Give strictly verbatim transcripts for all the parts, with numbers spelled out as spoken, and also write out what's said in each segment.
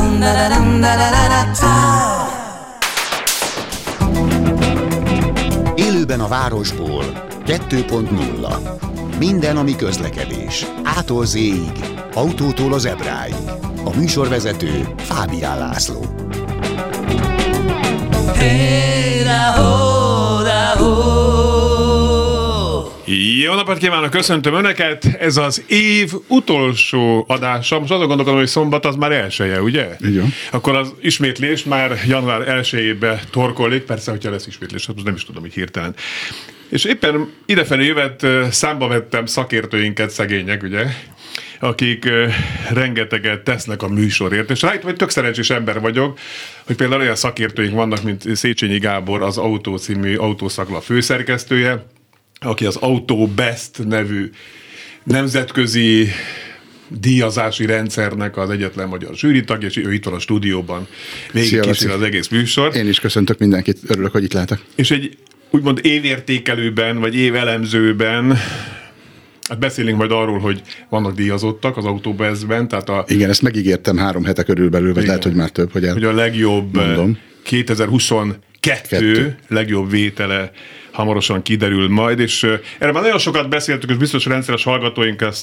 Élőben a városból kettő pont nulla. Minden, ami közlekedés. Ától zéig, autótól az ebráig. A műsorvezető Fábián László. Hey, da, ho, da, ho. Jó napot kívánok, köszöntöm Önöket! Ez az év utolsó adása. Most azon gondolkodom, hogy szombat az már elsője, ugye? Igen. Akkor az ismétlés már január elsejébe torkollik. Persze, hogyha lesz ismétlés, hát most nem is tudom, hogy hirtelen. És éppen idefelé jövet számba vettem szakértőinket, szegények, ugye? Akik uh, rengeteget tesznek a műsorért, és rájöttem, hogy tök szerencsés ember vagyok, hogy például olyan szakértőink vannak, mint Széchenyi Gábor, az Autó című autószakla főszerkesztője, aki az Auto Best nevű nemzetközi díjazási rendszernek az egyetlen magyar zsűritag, és ő itt van a stúdióban, végig kísér az egész műsor. Én is köszöntök mindenkit, örülök, hogy itt lehetek. És egy úgymond évértékelőben, vagy évelemzőben, hát beszélünk majd arról, hogy vannak díjazottak az Autobestben, tehát a... Igen, ezt megígértem három hete körülbelül, vagy igen, lehet, hogy már több, hogy el... Hogy a legjobb mondom. kétezer-huszonkettő Kettő. legjobb vétele hamarosan kiderül majd, és erre már nagyon sokat beszéltük, és biztos rendszeres hallgatóink ezt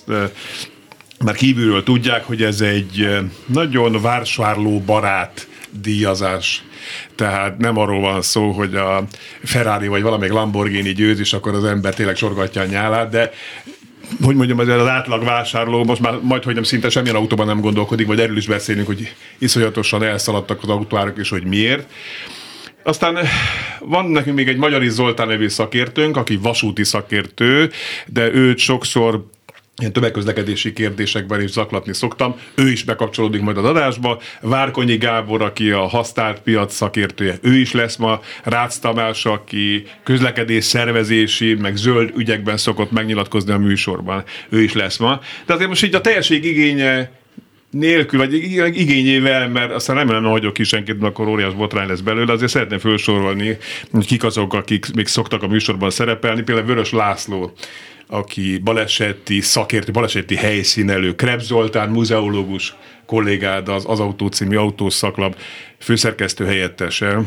már kívülről tudják, hogy ez egy nagyon vásárló barát díjazás. Tehát nem arról van szó, hogy a Ferrari vagy valamelyik Lamborghini győz, és akkor az ember tényleg sorgatja a nyálát, de hogy mondjam, az átlag vásárló most már majd, hogy nem szinte semmilyen autóban nem gondolkodik, vagy erről is beszélünk, hogy iszonyatosan elszaladtak az autóárak, és hogy miért. Aztán van nekünk még egy Magyari Zoltán nevű szakértőnk, aki vasúti szakértő, de őt sokszor ilyen tömegközlekedési kérdésekben is zaklatni szoktam. Ő is bekapcsolódik majd az adásba. Várkonyi Gábor, aki a használt piac szakértője, ő is lesz ma. Rácz Tamás, aki közlekedés szervezési, meg zöld ügyekben szokott megnyilatkozni a műsorban, ő is lesz ma. De azért most így a teljesség igénye nélkül, vagy igényével, mert aztán remélem, nem hagyok ki senkit, mert akkor óriás botrány lesz belőle, azért szeretném felsorolni, hogy kik azok, akik még szoktak a műsorban szerepelni. Például Vörös László, aki baleseti szakértő, baleseti helyszínelő, Krebs Zoltán, muzeológus kollégád, az, az Autó című autószaklap főszerkesztő helyettese,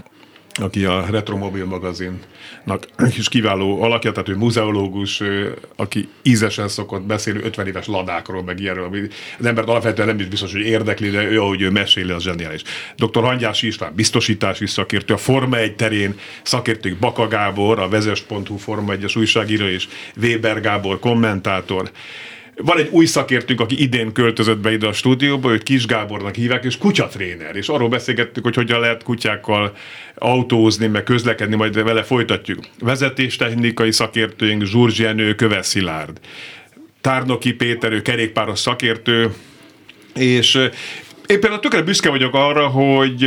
aki a Retromobil magazinnak is kiváló alakja, tehát ő muzeológus, aki ízesen szokott beszélni ötven éves ladákról, meg ilyenről, ami az embert alapvetően nem is biztos, hogy érdekli, de ő, ahogy ő meséli, az zseniális. doktor Hangyási István, biztosítási szakértő, a Forma egy terén szakértők, Baka Gábor, a vezes pont hu Forma egyes újságíró, és Weber Gábor, kommentátor. Van egy új szakértőnk, aki idén költözött be ide a stúdióba, őt Kis Gábornak hívják, és kutyatréner, és arról beszélgettük, hogy hogyan lehet kutyákkal autózni, meg közlekedni, majd vele folytatjuk. Vezetéstechnikai szakértőink Zsurzs Jenő, Köves Szilárd, Tárnoki Péter, ő kerékpáros szakértő, és én például tökre büszke vagyok arra, hogy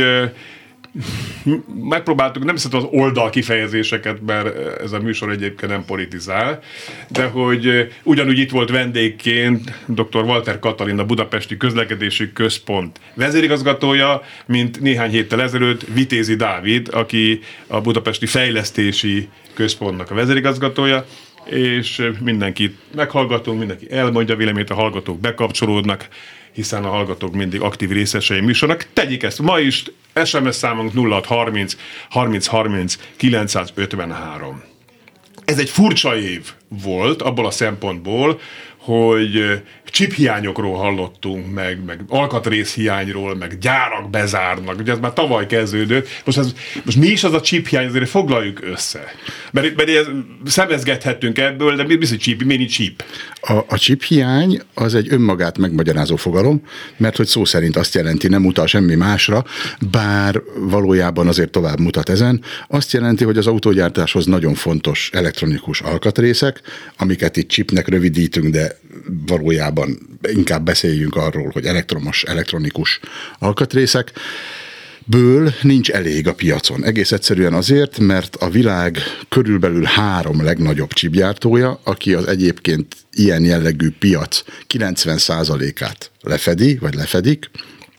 megpróbáltuk, nem szeretem az oldal kifejezéseket, mert ez a műsor egyébként nem politizál, de hogy ugyanúgy itt volt vendégként doktor Walter Katalin, a Budapesti Közlekedési Központ vezérigazgatója, mint néhány héttel ezelőtt Vitézi Dávid, aki a Budapesti Fejlesztési Központnak a vezérigazgatója, és mindenkit meghallgatunk, mindenki elmondja véleményét, a hallgatók bekapcsolódnak, hiszen a hallgatók mindig aktív részesei műsornak. Tegyék ezt ma is, es em es számunk nulla hat harminc harminc harminc kilencszázötvenhárom. Ez egy furcsa év volt abból a szempontból, hogy chiphiányokról hallottunk, meg, meg alkatrészhiányról, meg gyárak bezárnak. Ugye ez már tavaly kezdődött. Most, ez, most mi is az a chiphiány, azért foglaljuk össze. Mert, mert ez, szemezgethetünk ebből, de mi az, hogy chip? Miért chip? A, a chiphiány az egy önmagát megmagyarázó fogalom, mert hogy szó szerint azt jelenti, nem utal semmi másra, bár valójában azért tovább mutat ezen. Azt jelenti, hogy az autógyártáshoz nagyon fontos elektronikus alkatrészek, amiket itt chipnek rövidítünk, de valójában inkább beszéljünk arról, hogy elektromos, elektronikus alkatrészek, ből nincs elég a piacon. Egész egyszerűen azért, mert a világ körülbelül három legnagyobb chipgyártója, aki az egyébként ilyen jellegű piac kilencven százalékát lefedi, vagy lefedik,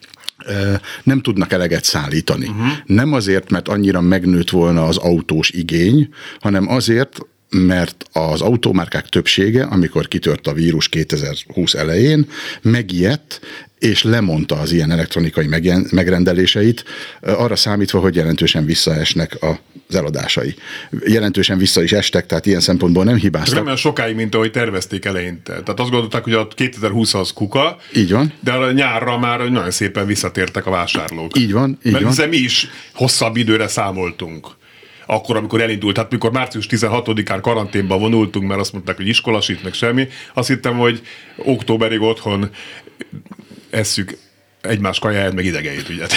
nem tudnak eleget szállítani. Uh-huh. Nem azért, mert annyira megnőtt volna az autós igény, hanem azért, mert az automárkák többsége, amikor kitört a vírus kétezer-húsz elején, megijedt, és lemondta az ilyen elektronikai megrendeléseit, arra számítva, hogy jelentősen visszaesnek az eladásai. Jelentősen vissza is estek, tehát ilyen szempontból nem hibáztak. Nem olyan sokáig, mint ahogy tervezték eleinte. Tehát azt gondolták, hogy a kétezer-húsz az kuka, így van. De a nyárra már nagyon szépen visszatértek a vásárlók. Így van, így Mert van. hiszen mi is hosszabb időre számoltunk. Akkor, amikor elindult, hát mikor március tizenhatodikán karanténba vonultunk, mert azt mondták, hogy iskolasít, meg semmi, azt hittem, hogy októberig otthon esszük egymás kajáját, meg idegeit, ugye.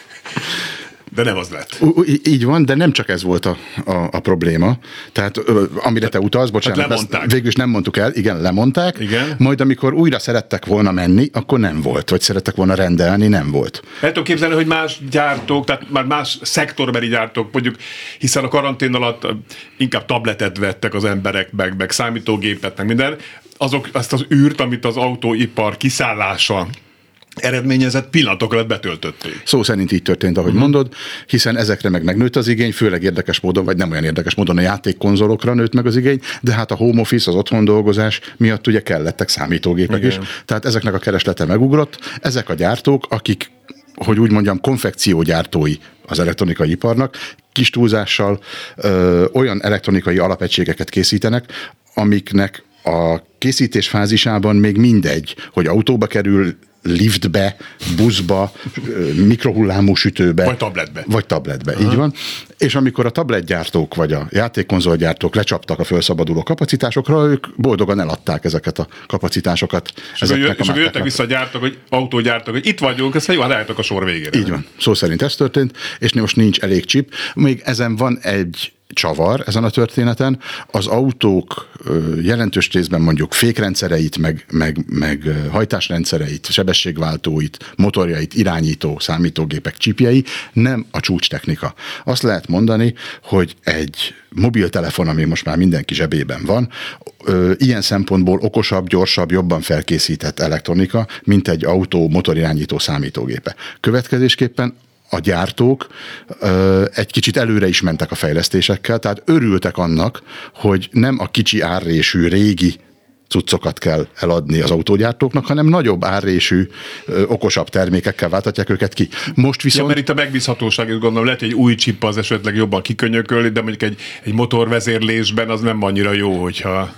De nem az lett. Így van, de nem csak ez volt a, a, a probléma. Tehát amire te utalsz, bocsánat, hát végül is nem mondtuk el, igen, lemondták, igen. Majd amikor újra szerettek volna menni, akkor nem volt, vagy szerettek volna rendelni, nem volt. El tudom képzelni, hogy más gyártók, tehát már más szektorbeli gyártók, mondjuk, hiszen a karantén alatt inkább tabletet vettek az emberek, meg, meg számítógépet, meg minden, azok azt az űrt, amit az autóipar kiszállása eredményezett, pillanatok alatt betöltötték. Szó szerint így történt, ahogy uh-huh. mondod, hiszen ezekre meg megnőtt az igény, főleg érdekes módon, vagy nem olyan érdekes módon a játékkonzolokra nőtt meg az igény, de hát a home office, az otthon dolgozás miatt ugye kellettek számítógépek igen. is. Tehát ezeknek a kereslete megugrott. Ezek a gyártók, akik, hogy úgy mondjam, konfekciógyártói az elektronikai iparnak, kis túlzással ö, olyan elektronikai alapegységeket készítenek, amiknek a készítés fázisában még mindegy, hogy autóba kerül, liftbe, buszba, mikrohullámú sütőbe. Vagy tabletbe. Vagy tabletbe, aha. Így van. És amikor a tabletgyártók vagy a játékkonzolgyártók lecsaptak a felszabaduló kapacitásokra, ők boldogan eladták ezeket a kapacitásokat. És akkor jöttek vissza a gyártók, hogy autógyártók, hogy itt vagyunk, ezt jó, leálltak a sor végére. Így van. Szó szerint ez történt, és most nincs elég chip. Még ezen van egy csavar ezen a történeten. Az autók jelentős részben mondjuk fékrendszereit, meg, meg, meg hajtásrendszereit, sebességváltóit, motorjait, irányító számítógépek csipjei nem a csúcstechnika. Azt lehet mondani, hogy egy mobiltelefon, ami most már mindenki zsebében van, ilyen szempontból okosabb, gyorsabb, jobban felkészített elektronika, mint egy autó motorirányító számítógépe. Következésképpen a gyártók ö, egy kicsit előre is mentek a fejlesztésekkel, tehát örültek annak, hogy nem a kicsi árrésű régi cuccokat kell eladni az autógyártóknak, hanem nagyobb árrésű, ö, okosabb termékekkel váltatják őket ki. Most viszont... Ja, mert itt a megbízhatóság, gondolom, lehet, hogy egy új chip az esetleg jobban kikönyököli, de mondjuk egy, egy motorvezérlésben az nem annyira jó, hogyha...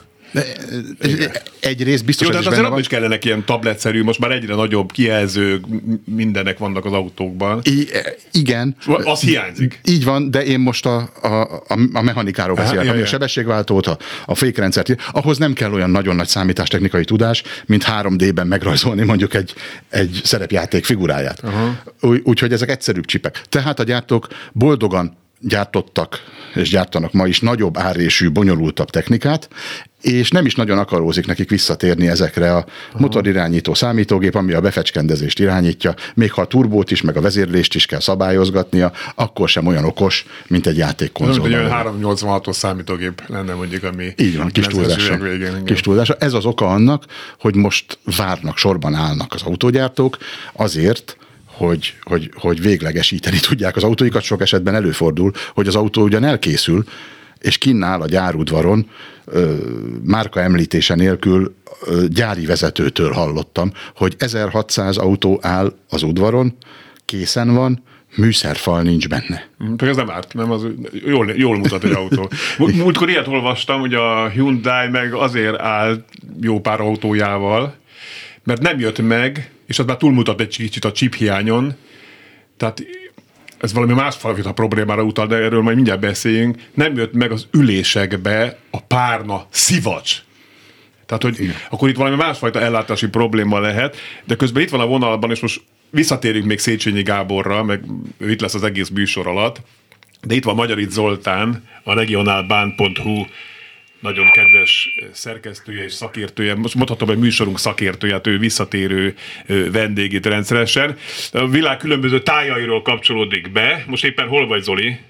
Egyrészt biztos, jó, hogy de azért abban is kellenek ilyen tabletszerű, most már egyre nagyobb kijelzők, mindenek vannak az autókban. I- igen. Az hiányzik. Így van, de én most a, a, a mechanikáról beszélek, ami a sebességváltót, a, a fékrendszert, ahhoz nem kell olyan nagyon nagy számítástechnikai tudás, mint három dében megrajzolni mondjuk egy, egy szerepjáték figuráját. Úgy, úgyhogy ezek egyszerűbb csipek. Tehát a gyártók boldogan gyártottak és gyártanak ma is nagyobb árrésű, bonyolultabb technikát, és nem is nagyon akarózik nekik visszatérni ezekre a motorirányító számítógép, ami a befecskendezést irányítja, még ha a turbót is, meg a vezérlést is kell szabályozgatnia, akkor sem olyan okos, mint egy játékkonzol. Mint egy olyan háromszáznyolcvanhatos számítógép lenne mondjuk, ami... Így van, kis túlzása. Kis túlzása. Ez az oka annak, hogy most várnak, sorban állnak az autógyártók azért, Hogy, hogy, hogy véglegesíteni tudják az autóikat. Sok esetben előfordul, hogy az autó ugyan elkészül, és kinn áll a gyárudvaron, ö, márka említése nélkül ö, gyári vezetőtől hallottam, hogy ezerhatszáz autó áll az udvaron, készen van, műszerfal nincs benne. Ez nem árt, nem, az jól, jól mutat egy autó. Múltkor ilyet olvastam, hogy a Hyundai meg azért áll jó pár autójával, mert nem jött meg, és az már túlmutat egy kicsit a chip hiányon, tehát ez valami másfajta problémára utal, de erről majd mindjárt beszéljünk, nem jött meg az ülésekbe a párna szivacs. Tehát, hogy igen. Akkor itt valami másfajta ellátási probléma lehet, de közben itt van a vonalban, és most visszatérünk még Széchenyi Gáborra, meg ő itt lesz az egész műsor alatt, de itt van Magyarit Zoltán, a regionalbahn pont hu nagyon kedves szerkesztője és szakértője, most mondhatom, hogy műsorunk szakértője, ő visszatérő vendégét rendszeresen. A világ különböző tájairól kapcsolódik be. Most éppen hol vagy, Zoli?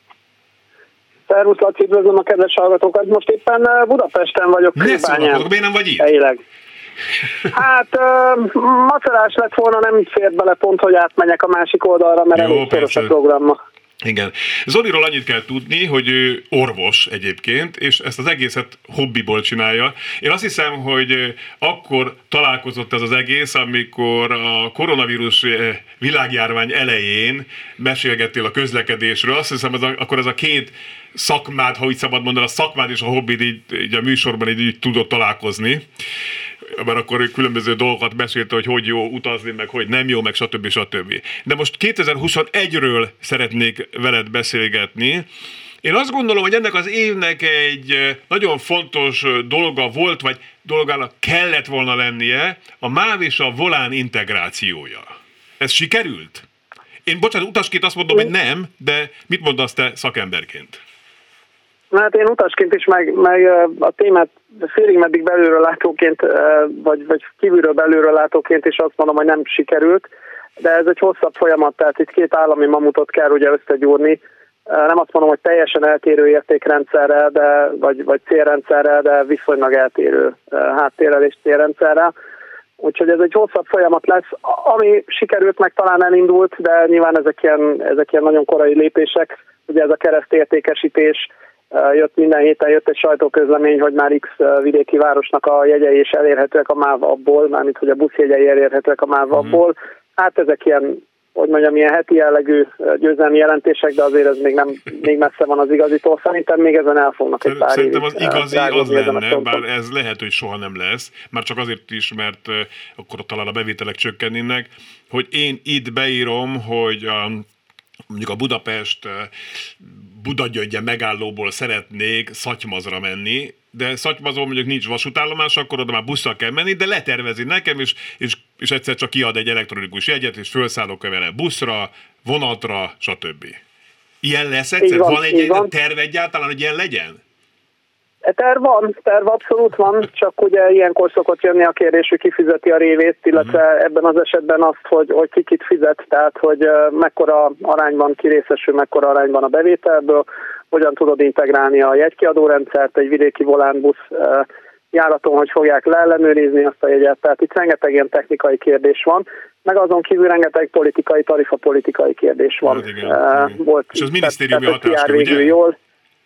Szervusz, Laci, üdvözlöm a kedves hallgatókat. Most éppen Budapesten vagyok. Ne szólok, miért nem vagy itt? Helyileg. Hát uh, macerás lett volna, nem fért bele pont, hogy átmenjek a másik oldalra, mert elég szoros a programma. Igen. Zoliról annyit kell tudni, hogy ő orvos egyébként, és ezt az egészet hobbiból csinálja. Én azt hiszem, hogy akkor találkozott ez az egész, amikor a koronavírus világjárvány elején mesélgettél a közlekedésről. Azt hiszem, ez a, akkor ez a két szakmád, ha úgy szabad mondani, a szakmád és a hobbid így, így a műsorban így, így tudott találkozni. Mert akkor különböző dolgokat beszélte, hogy hogy jó utazni, meg hogy nem jó, meg stb. stb. De most kétezer-huszonegyről szeretnék veled beszélgetni. Én azt gondolom, hogy ennek az évnek egy nagyon fontos dolga volt, vagy dolgának kellett volna lennie, a MÁV és a volán integrációja. Ez sikerült? Én bocsánat, utasként azt mondom, hogy nem, de mit mondasz te szakemberként? Hát én utasként is, meg, meg a témát félig meddig belülről látóként, vagy, vagy kívülről belülről látóként is azt mondom, hogy nem sikerült, de ez egy hosszabb folyamat, tehát itt két állami mamutot kell ugye összegyúrni. Nem azt mondom, hogy teljesen eltérő értékrendszerrel, de, vagy, vagy célrendszerrel, de viszonylag eltérő háttérrel és célrendszerrel. Úgyhogy ez egy hosszabb folyamat lesz, ami sikerült, meg talán elindult, de nyilván ezek ilyen, ezek ilyen nagyon korai lépések. Ugye ez a keresztértékesítés, jött minden héten, jött egy sajtóközlemény, hogy már X vidéki városnak a jegyei is elérhetőek a MÁV appból, mármint hogy a buszjegyei elérhetőek a MÁV appból. Hát ezek ilyen, hogy mondjam, ilyen heti jellegű győzelmi jelentések, de azért ez még, nem, még messze van az igazitól. Szerintem még ezen elfognak egy pár Szerintem évig. az igazi az lenne, bár ez lehet, hogy soha nem lesz, már csak azért is, mert akkor talán a bevételek csökkennének, hogy én itt beírom, hogy a mondjuk a Budapest Budagyöngye megállóból szeretnék Szatymazra menni, de Szatymazon mondjuk nincs vasútállomás, akkor oda már busszal kell menni, de letervezi nekem, és, és, és egyszer csak kiad egy elektronikus jegyet, és felszállok vele buszra, vonatra, stb. Ilyen lesz egyszer? Van, van egy van. terv egyáltalán, hogy ilyen legyen? Terv van, terv abszolút van, csak ugye ilyenkor szokott jönni a kérdés, hogy ki fizeti a révét, illetve uh-huh. ebben az esetben azt, hogy, hogy ki kit fizet, tehát hogy mekkora arányban kirészesül, mekkora arányban a bevételből, hogyan tudod integrálni a jegykiadórendszert, egy vidéki volánbusz járaton, hogy fogják leellenőrizni azt a jegyet, tehát itt rengeteg ilyen technikai kérdés van, meg azon kívül rengeteg politikai, tarifapolitikai kérdés van. Hát igen, uh, igen. Volt, és az minisztériumi hatáskör, ugye? Jól.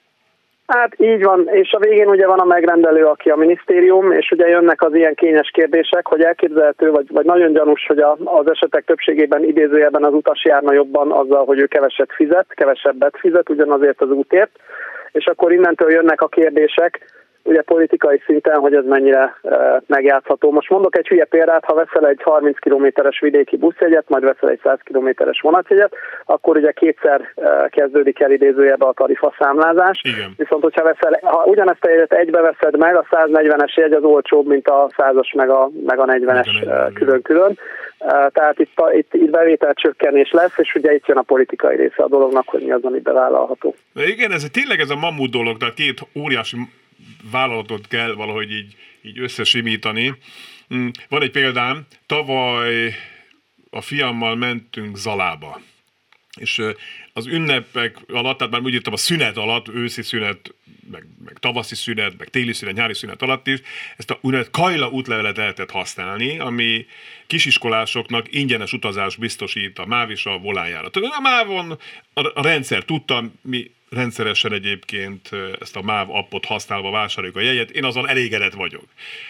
Hát így van, és a végén ugye van a megrendelő, aki a minisztérium, és ugye jönnek az ilyen kényes kérdések, hogy elképzelhető, vagy, vagy nagyon gyanús, hogy a, az esetek többségében idézőjelben az utas járna jobban azzal, hogy ő keveset fizet, kevesebbet fizet ugyanazért az útért, és akkor innentől jönnek a kérdések, ugye politikai szinten, hogy ez mennyire e, megjátszható. Most mondok egy hülye példát, ha veszel egy harminc kilométeres vidéki buszjegyet, majd veszel egy száz kilométeres vonatjegyet, akkor ugye kétszer e, kezdődik el idézőjebe a tarifaszámlázás. Igen. Viszont, hogyha veszel, ha ugyanezt a jegyet egybe veszed meg, a száznegyvenes jegy az olcsóbb, mint a százas meg a, meg a negyvenes külön-külön. E, tehát itt, a, itt, itt bevételcsökkenés lesz, és ugye itt jön a politikai része a dolognak, hogy mi az, ami bevállalható. De igen, ez tényleg ez a mamut dolog, tehát két óriási vállalatot kell valahogy így, így összesimítani. Van egy példám, tavaly a fiammal mentünk Zalába, és az ünnepek alatt, tehát már úgy írtam, a szünet alatt, őszi szünet, meg, meg tavaszi szünet, meg téli szünet, nyári szünet alatt is, ezt a úgynevezett Kajla útlevelet lehetett használni, ami kisiskolásoknak ingyenes utazás biztosít a MÁV és a volánjárat. A MÁV-on a, a rendszer tudta, mi rendszeresen egyébként ezt a MÁV appot használva vásároljuk a jegyet, én azon elégedett vagyok.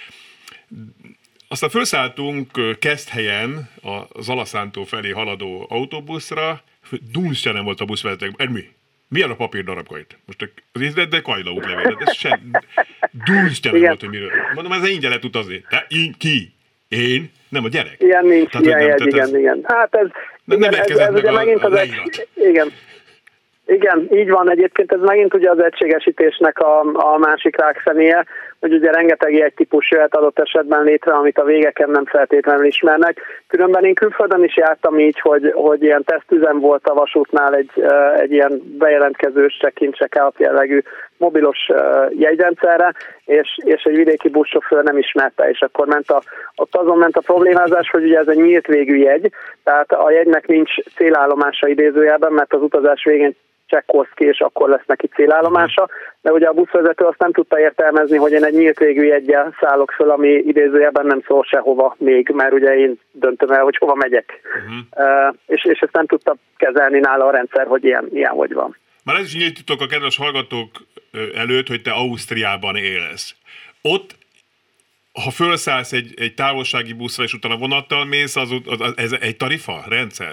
Aztán felszálltunk Keszthelyen a Zalaszántó felé haladó autóbuszra, dunszja nem volt a buszvezetők. Ermi, milyen a papírdarabkait? Most az de Kajla útlevél, ez se dunszja nem volt, hogy miről. Mondom, ez ingyen lehet utazni. De én, ki? Én? Nem a gyerek. Ilyen nincs, tehát, ilyen nem, jegy, igen, ez, igen. Hát ez, igen, nem ez, ez ugye a, megint az egy, igen. Igen, így van. Egyébként ez megint ugye az egységesítésnek a, a másik rákszeméje, hogy ugye rengeteg jegytípus jöhet adott esetben létre, amit a végeken nem feltétlenül ismernek. Különben én külföldön is jártam így, hogy, hogy ilyen tesztüzem volt a vasútnál egy, egy ilyen bejelentkezős check-in, check-out jellegű mobilos jegyrendszerre, és, és egy vidéki buszsofőr nem ismerte, és akkor ment a, ott azon ment a problémázás, hogy ugye ez egy nyílt végű jegy, tehát a jegynek nincs célállomása idézőjelben, mert az utazás végén csekkolsz ki, és akkor lesz neki célállomása. De ugye a buszvezető azt nem tudta értelmezni, hogy én egy nyílt végű jeggyel szállok föl, ami idézőjelben nem szól sehova még, mert ugye én döntöm el, hogy hova megyek. Uh-huh. Uh, és, és ezt nem tudta kezelni nála a rendszer, hogy ilyen, ilyen hogy van. Már ez is nyílt titok a kedves hallgatók előtt, hogy te Ausztriában élsz. Ott, ha felszállsz egy, egy távolsági buszra, és utána vonattal mész, az, az, ez egy tarifa rendszer?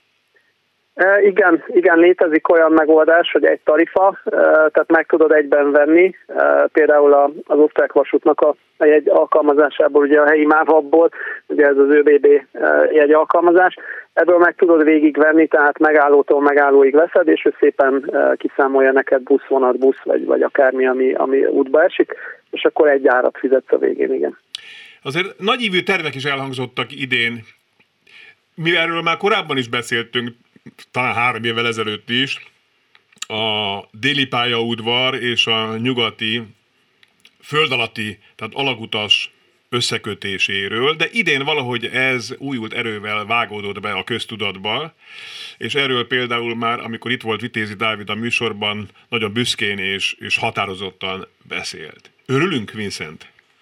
E, igen, igen, létezik olyan megoldás, hogy egy tarifa, e, tehát meg tudod egyben venni, e, például a, az osztrák vasútnak a jegy alkalmazásából, ugye a helyi mávabból, ugye ez az ÖBB jegy alkalmazás, ebből meg tudod végigvenni, tehát megállótól megállóig veszed, és ő szépen e, kiszámolja neked busz, vonat, busz, vagy, vagy akármi, ami, ami útba esik, és akkor egy árat fizetsz a végén, igen. Azért nagyívű tervek is elhangzottak idén, mi erről már korábban is beszéltünk, talán három évvel ezelőtt is, a déli pályaudvar és a nyugati föld alatti, tehát alagutas összekötéséről, de idén valahogy ez újult erővel vágódott be a köztudatba, és erről például már, amikor itt volt Vitézi Dávid a műsorban, nagyon büszkén és, és határozottan beszélt. Örülünk, Vincent?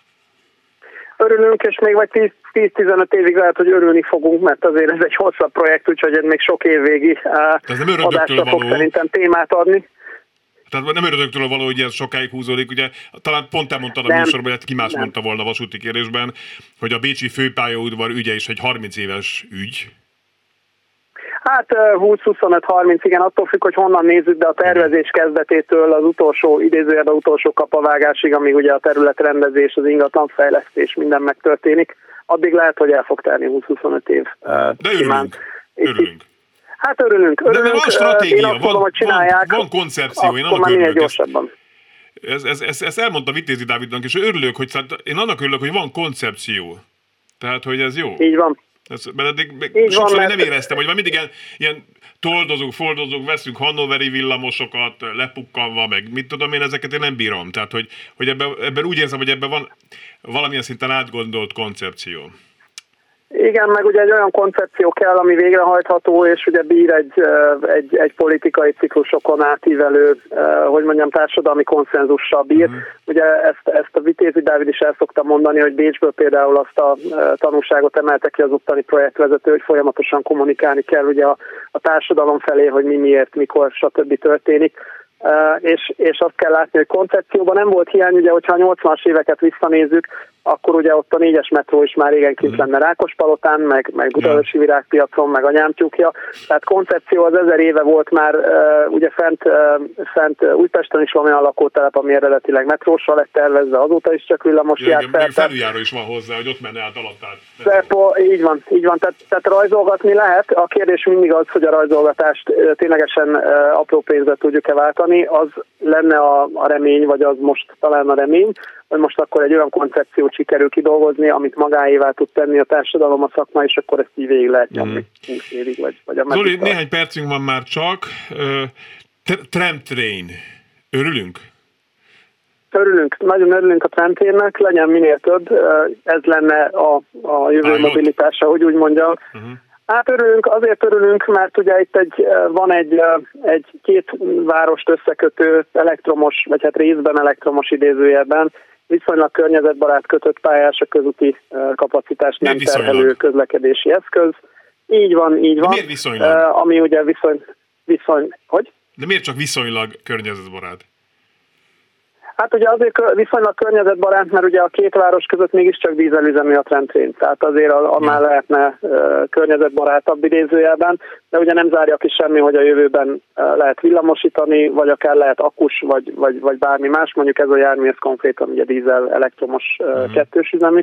Örülünk, és még vagy tíz-tizenöt évig lehet, hogy örülni fogunk, mert azért ez egy hosszabb projekt, úgyhogy ez még sok évvégi adásra fog szerintem témát adni. Tehát nem örököktől való, hogy ez sokáig húzódik, ugye talán pont elmondtad a nem, műsorban, hogy ki más nem. mondta volna a vasúti kérdésben, hogy a bécsi főpályaudvar ügye is egy harminc éves ügy. Hát húsz-huszonöt-harminc, igen, attól függ, hogy honnan nézzük, de a tervezés kezdetétől az utolsó, idézőjelben utolsó kapavágásig, amíg ugye a területrendezés, az ingatlanfejlesztés, minden megtörténik, addig lehet, hogy el fog telni húsz-huszonöt év. De örülünk, örülünk. Hát örülünk, örülünk. De van stratégia, én azt van, mondom, hogy csinálják, van, van koncepció, én annak örülök. Ez, ez, ez, ez elmondta Vitézi Dávidnak, és örülök, hogy én annak örülök, hogy van koncepció. Tehát, hogy ez jó. Így van. Ez, mert eddig sokszor mert... nem éreztem, hogy már mindig ilyen, ilyen toldozunk, fordozunk, veszünk hannoveri villamosokat, lepukkanva, meg mit tudom én, ezeket én nem bírom. Tehát, hogy, hogy ebben, ebben úgy érzem, hogy ebben van valamilyen szinten átgondolt koncepció. Igen, meg ugye egy olyan koncepció kell, ami végrehajtható, és ugye bír egy, egy, egy politikai ciklusokon átívelő, hogy mondjam, társadalmi konszenzussal bír. Uh-huh. Ugye ezt, ezt a Vitézi Dávid is el szokta mondani, hogy Bécsből például azt a tanulságot emelte ki az ottani projektvezető, hogy folyamatosan kommunikálni kell ugye a, a társadalom felé, hogy mi miért, mikor, stb. Történik. Uh, és, és azt kell látni, hogy koncepcióban nem volt hiány, ugye, hogyha a nyolcvanas éveket visszanézzük, akkor ugye ott a négyes metró is már régen kint lenne Rákospalotán, meg, meg Budaörsi Virágpiacon, meg Anyámtyúkja. Tehát koncepció az ezer éve volt már, uh, ugye fent, uh, fent Újpesten is van olyan lakótelep, ami eredetileg metrósra lett tervezve, azóta is csak villamos jár fel. Még felüljáró is van hozzá, hogy ott menne át alattát. Szerpo, így van, így van. Tehát, tehát rajzolgatni lehet. A kérdés mindig az, hogy a rajzolgatást uh, ténylegesen uh, apró pénzbe tudjuk-e váltani. Az lenne a, a remény, vagy az most talán a remény, hogy most akkor egy olyan koncepciót sikerül kidolgozni, amit magáévá tud tenni a társadalom, a szakma, és akkor ezt így végig lehet nyomni mm. húsz évig, vagy, vagy a Zoli, néhány percünk van már csak. Tramtrain. Örülünk? Örülünk, nagyon örülünk a tramtrainnek, legyen minél több. Ez lenne a, a jövő Állott. mobilitása, hogy úgy mondjam. Uh-huh. Hát örülünk, azért örülünk, mert ugye itt egy, van egy, egy két várost összekötő elektromos, vagy hát részben elektromos idézőjelben, viszonylag környezetbarát kötött pályás a közúti kapacitást nem terhelő közlekedési eszköz. Így van, így van. Miért viszonylag? Ami ugye viszony, viszony, hogy? De miért csak viszonylag környezetbarát? Hát ugye azért viszonylag környezetbarát, mert ugye a két város között mégiscsak dízelüzemű a tramtrain, tehát azért annál lehetne uh, környezetbarátabb idézőjelben, de ugye nem zárja ki semmi, hogy a jövőben uh, lehet villamosítani, vagy akár lehet akkus, vagy, vagy, vagy bármi más, mondjuk ez a jármű, ez konkrétan ugye dízel elektromos uh, uh-huh. kettős üzemű.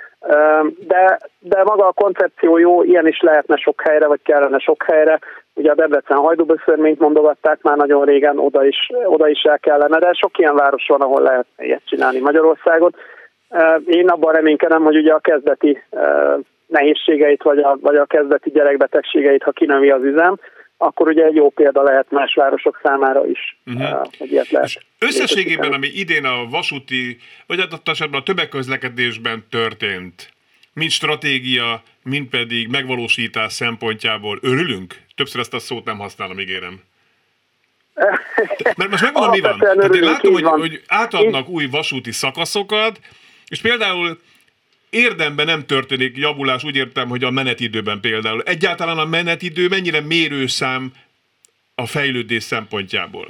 De, de maga a koncepció jó, ilyen is lehetne sok helyre, vagy kellene sok helyre. Ugye a Debrecen hajdúböszörményt mondogatták már nagyon régen, oda is, oda is el kellene, de sok ilyen város van, ahol lehet ilyet csinálni Magyarországon. Én abban reménykedem, hogy ugye a kezdeti nehézségeit, vagy a, vagy a kezdeti gyerekbetegségeit, ha kinövi az üzem, akkor ugye egy jó példa lehet más városok számára is, uh-huh. hogy ilyet lehet. És összességében, ami idén a vasúti, vagy adott esetben a tömegközlekedésben történt, mind stratégia, mind pedig megvalósítás szempontjából örülünk? Többször ezt a szót nem használom, ígérem. Mert most megmondom, mi van. Tehát én látom, hogy, hogy átadnak új vasúti szakaszokat, és például érdemben nem történik javulás, úgy értem, hogy a menetidőben például. Egyáltalán a menetidő mennyire mérőszám a fejlődés szempontjából?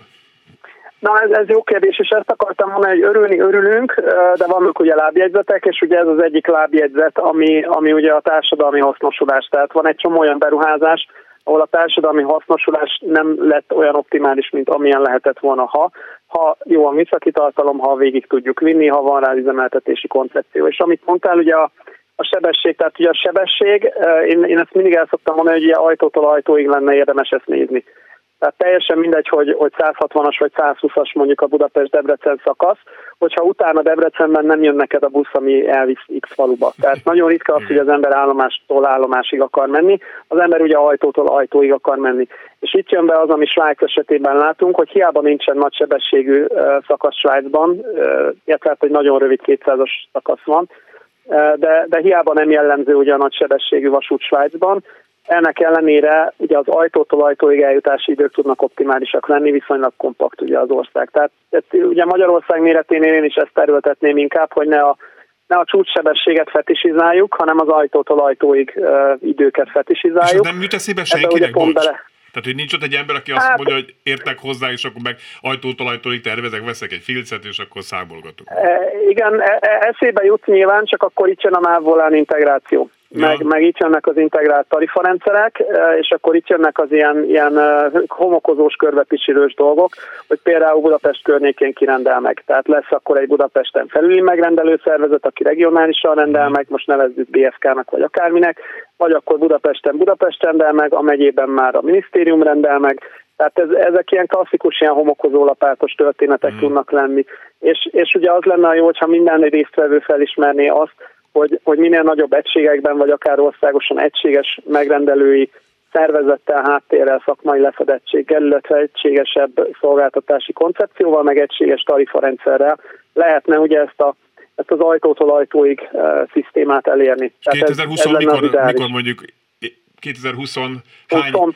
Na, ez, ez jó kérdés, és ezt akartam mondani, hogy örülni örülünk, de vannak ugye lábjegyzetek, és ugye ez az egyik lábjegyzet, ami, ami ugye a társadalmi hasznosulás. Tehát van egy csomó olyan beruházás, ahol a társadalmi hasznosulás nem lett olyan optimális, mint amilyen lehetett volna, ha, ha jó a műszaki tartalom, ha végig tudjuk vinni, ha van rá üzemeltetési koncepció. És amit mondtál, ugye a, a sebesség, tehát ugye a sebesség, én, én ezt mindig el szoktam mondani, hogy ugye ajtótól ajtóig lenne érdemes ezt nézni. Tehát teljesen mindegy, hogy, hogy száz hatvanas vagy száz húszas mondjuk a Budapest-Debrecen szakasz, hogyha utána Debrecenben nem jön neked a busz, ami elvisz X faluba. Tehát nagyon ritka az, hogy az ember állomástól állomásig akar menni, az ember ugye ajtótól ajtóig akar menni. És itt jön be az, ami Svájc esetében látunk, hogy hiába nincsen nagysebességű uh, szakasz Svájcban, uh, illetve egy nagyon rövid kétszázas szakasz van, uh, de, de hiába nem jellemző ugye a nagysebességű vasút Svájcban. Ennek ellenére ugye az ajtótól ajtóig eljutási idők tudnak optimálisak lenni, viszonylag kompakt ugye az ország. Tehát ugye Magyarország méreténél én is ezt terültetném inkább, hogy ne a, ne a csúcssebességet fetisizáljuk, hanem az ajtótól ajtóig uh, időket fetisizáljuk. És nem jut eszébe senkinek, bocs? Bele... Tehát, hogy nincs ott egy ember, aki azt hát, mondja, hogy értek hozzá, és akkor meg ajtótól ajtóig tervezek, veszek egy filcet, és akkor számolgatok. E, igen, e, eszébe jut nyilván, csak akkor itt jön a MÁV-volán integráció. Ja. Meg, meg itt jönnek az integrált tarifarendszerek, és akkor itt jönnek az ilyen, ilyen homokozós, körbepisilős dolgok, hogy például Budapest környékén kirendel meg. Tehát lesz akkor egy Budapesten felüli megrendelő szervezet, aki regionálisan rendel meg, most nevezzük bé ef ká-nak vagy akárminek, vagy akkor Budapesten Budapest rendel meg, a megyében már a minisztérium rendel meg. Tehát ez, ezek ilyen klasszikus, ilyen homokozó lapátos történetek mm. tudnak lenni. És, és ugye az lenne jó, hogyha minden résztvevő felismerné azt, Hogy, hogy minél nagyobb egységekben, vagy akár országosan egységes megrendelői szervezettel, háttérrel, szakmai lefedettséggel, illetve egységesebb szolgáltatási koncepcióval, meg egységes tarifarendszerrel lehetne ugye ezt, a, ezt az ajtótól ajtóig uh, szisztémát elérni. kétezer-húsz ez, ez mikor, mikor mondjuk kétezer-húsz hány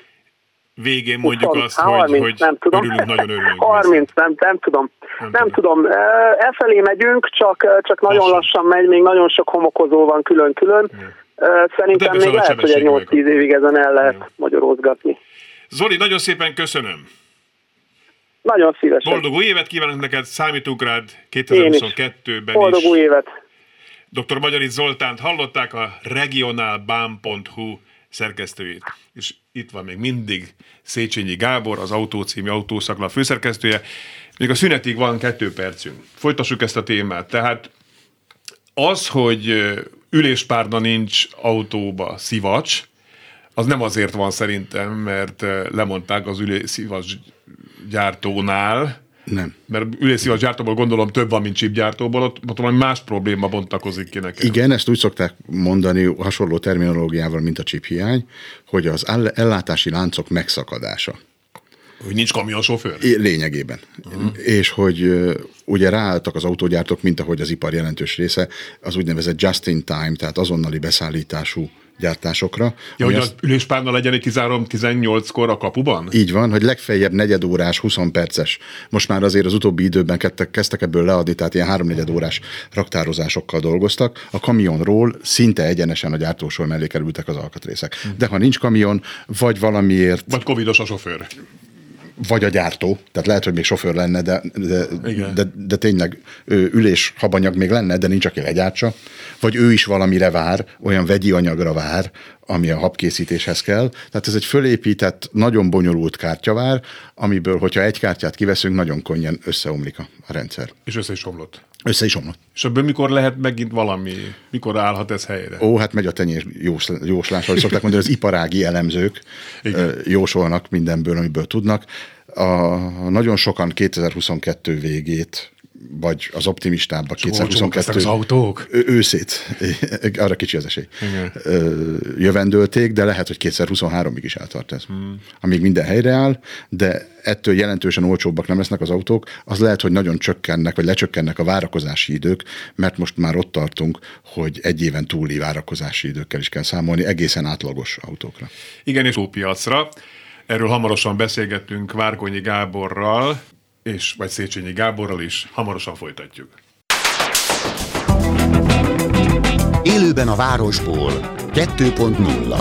végén mondjuk húsz, azt, harminc, hogy, hogy nem tudom. örülünk, nagyon örülünk. harminc, nem, nem tudom. Nem, nem tudom. tudom. Efelé megyünk, csak, csak nagyon lassan. lassan megy, még nagyon sok homokozó van külön-külön. Ja. Szerintem még lehet, hogy egy nyolc-tíz évig ezen el lehet ja. magyarózgatni. Zoli, nagyon szépen köszönöm. Nagyon szívesen. Boldog új évet kívánok neked, számítunk rád kétezer-huszonkettőben is. Boldog új évet. doktor Magyarics Zoltánt hallották, a regionalbahn pont hu szerkesztőjét. És itt van még mindig Széchenyi Gábor, az Autó című autószakla főszerkesztője. Még a szünetig van kettő percünk. Folytassuk ezt a témát. Tehát az, hogy üléspárna nincs autóba szivacs, az nem azért van szerintem, mert lemondták az ülésszivacs gyártónál, nem. Mert ülésszivacs gyártóból gondolom több van, mint chipgyártóból, ott, ott valami más probléma bontakozik ki nekem. Igen, ezt úgy szokták mondani hasonló terminológiával, mint a chiphiány, hogy az ellátási láncok megszakadása. Hogy nincs kamionsofőr? Lényegében. Uh-huh. És hogy uh, ugye ráálltak az autógyártók, mint ahogy az ipar jelentős része, az úgynevezett just-in-time, tehát azonnali beszállítású gyártásokra. Ja, hogy az üléspárna legyen egy tizenhárom tizennyolckor a kapuban? Így van, hogy legfeljebb negyedórás, húsz perces. Most már azért az utóbbi időben kezdtek, kezdtek ebből leadni, tehát ilyen háromnegyed órás raktározásokkal dolgoztak. A kamionról szinte egyenesen a gyártósor mellé kerültek az alkatrészek. Uh-huh. De ha nincs kamion, vagy valamiért... Vagy covidos a sofőr. Vagy a gyártó, tehát lehet, hogy még sofőr lenne, de, de, de, de tényleg ülés habanyag még lenne, de nincs, aki legyártsa. Vagy ő is valamire vár, olyan vegyi anyagra vár, ami a habkészítéshez kell. Tehát ez egy fölépített, nagyon bonyolult kártyavár, amiből, hogyha egy kártyát kiveszünk, nagyon könnyen összeomlik a, a rendszer. És össze is omlott. Össze is omlott. És ebből mikor lehet megint valami, mikor állhat ez helyre? Ó, hát megy a tenyér jóslás, ahogy szokták mondani, az iparági elemzők igen. jósolnak mindenből, amiből tudnak. A, nagyon sokan kétezer-huszonkettő végét, vagy az optimistábbak kétezer-huszonkettő az autók? Őszét, arra kicsi az esély, igen. jövendölték, de lehet, hogy kétezer-huszonháromig is eltart ez. Hmm. Amíg minden helyre áll, de ettől jelentősen olcsóbbak nem lesznek az autók, az lehet, hogy nagyon csökkennek, vagy lecsökkennek a várakozási idők, mert most már ott tartunk, hogy egy éven túli várakozási időkkel is kell számolni egészen átlagos autókra. Igen, és piacra. Erről hamarosan beszélgettünk Várkonyi Gáborral, és vagy Széchenyi Gáborral is. Hamarosan folytatjuk. Élőben a városból kettő pont nulla.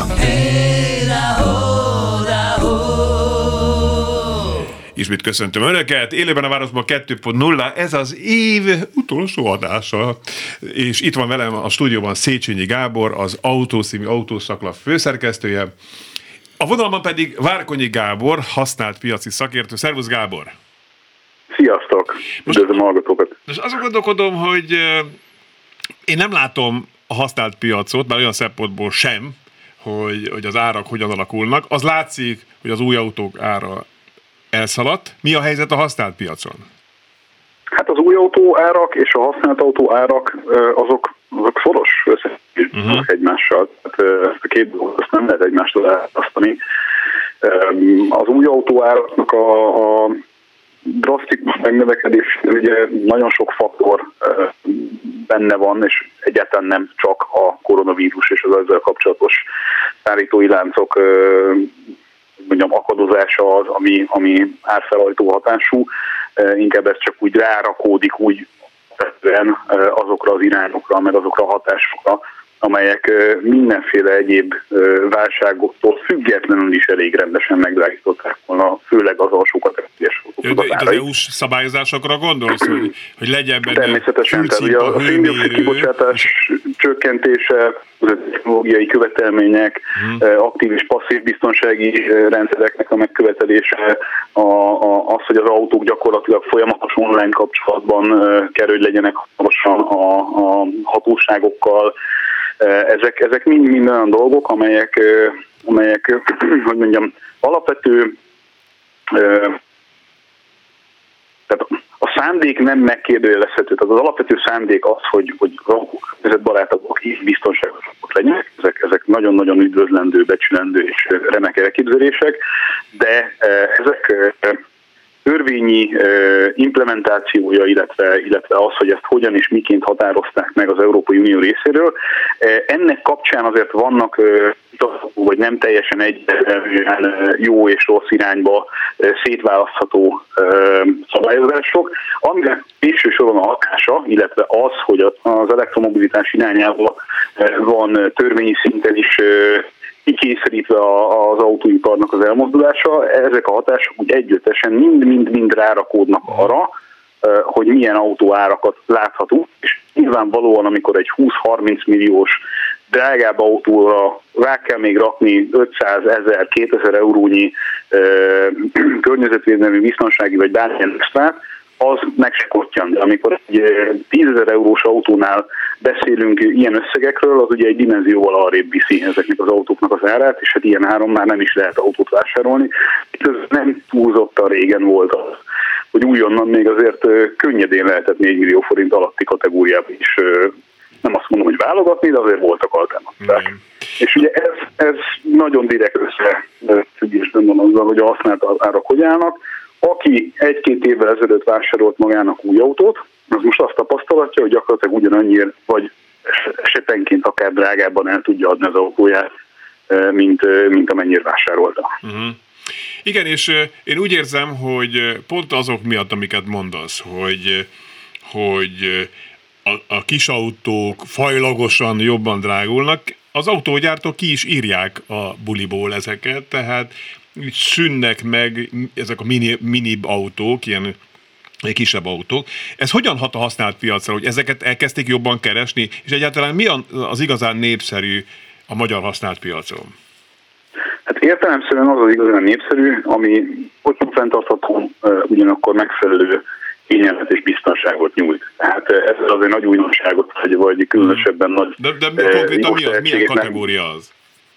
Ismét köszöntöm Önöket, Élőben a városból kettő pont nulla, ez az év utolsó adása, és itt van velem a stúdióban Széchenyi Gábor, az Autó című autószaklap főszerkesztője, a vonalban pedig Várkonyi Gábor, használt piaci szakértő. Szervusz Gábor! Sziasztok! Üdvözlöm a hallgatókat! Most azon gondolkodom, hogy én nem látom a használt piacot, már olyan szempontból sem, hogy, hogy az árak hogyan alakulnak. Az látszik, hogy az új autók ára elszaladt. Mi a helyzet a használt piacon? Hát az új autó árak és a használt autó árak azok, azok szoros összefüggésben uh-huh. egymással. Tehát ezt a két dolgot azt nem lehet egymástól elválasztani. Az új autó áraknak a, a drasztikus megnövekedés, ugye nagyon sok faktor benne van, és egyáltalán nem csak a koronavírus és az ezzel kapcsolatos szállítói láncok mondjam, akadozása az, ami, ami árfelajtó hatású, inkább ez csak úgy rárakódik úgy azokra az irányokra, meg azokra a hatásokra, amelyek mindenféle egyéb válságoktól függetlenül is elég rendesen megdrágították volna, főleg az alsó kategóriás autókat. Itt az é u-s szabályozásokra gondolsz, hogy, hogy legyen benne természetesen, tehát ugye a széndioxid kibocsátás csökkentése, a technológiai követelmények, hmm. aktív és passzív biztonsági rendszereknek a megkövetelése, a, a, az, hogy az autók gyakorlatilag folyamatos online kapcsolatban kell, hogy legyenek hamarosan a, a hatóságokkal. Ezek, ezek mind-mind olyan dolgok, amelyek, amelyek hogy mondjam, alapvető, tehát a szándék nem megkérdőjelezhető. Tehát az alapvető szándék az, hogy, hogy autók környezetbarátabbak és biztonságosabbak legyenek. Ezek, ezek nagyon-nagyon üdvözlendő, becsülendő és remek elképzelések, de ezek törvényi implementációja, illetve, illetve az, hogy ezt hogyan és miként határozták meg az Európai Unió részéről. Ennek kapcsán azért vannak, vagy nem teljesen egyértelműen jó és rossz irányba szétválasztható szabályozások, amire végső soron a hatása, illetve az, hogy az elektromobilitás irányába van törvényi szinten is kikényszerítve az autóiparnak az elmozdulása, ezek a hatások úgy együttesen mind-mind-mind rárakódnak arra, hogy milyen autóárakat láthatunk, és nyilvánvalóan, amikor egy húsz-harminc milliós drágább autóra rá kell még rakni ötszáz, ezer, kétezer eurónyi környezetvédelmi, biztonsági vagy bármilyen extrát, az meg se kottyan. De amikor egy tízezer eurós autónál beszélünk ilyen összegekről, az ugye egy dimenzióval arrébb viszi ezeknek az autóknak az árát, és hát ilyen áron már nem is lehet autót vásárolni. Itt ez nem túlzottan régen volt az, hogy újonnan még azért könnyedén lehetett négy millió forint alatti kategóriában is, nem azt mondom, hogy válogatni, de azért voltak alternatívák. Mm. És ugye ez, ez nagyon direkt összefüggésben van azzal, hogy a használt árak hogy állnak. Aki egy-két évvel ezelőtt vásárolt magának új autót, az most azt tapasztalatja, hogy gyakorlatilag ugyanannyiért, vagy esetenként akár drágábban el tudja adni az autóját, mint, mint amennyire vásárolta. Uh-huh. Igen, és én úgy érzem, hogy pont azok miatt, amiket mondasz, hogy, hogy a, a kis autók fajlagosan jobban drágulnak, az autógyártók ki is írják a buliból ezeket, tehát szűnnek meg ezek a mini, mini autók, ilyen kisebb autók. Ez hogyan hat a használt piacra, hogy ezeket elkezdték jobban keresni, és egyáltalán mi az igazán népszerű a magyar használt piacon? Hát értelemszerűen az az igazán népszerű, ami ott fenntartható, ugyanakkor megfelelő kényelmet és biztonságot nyújt. Tehát ez azért nagy újdonságot, vagy, vagy különösebben nagy... De, de konkrétan mi az? Milyen kategória az?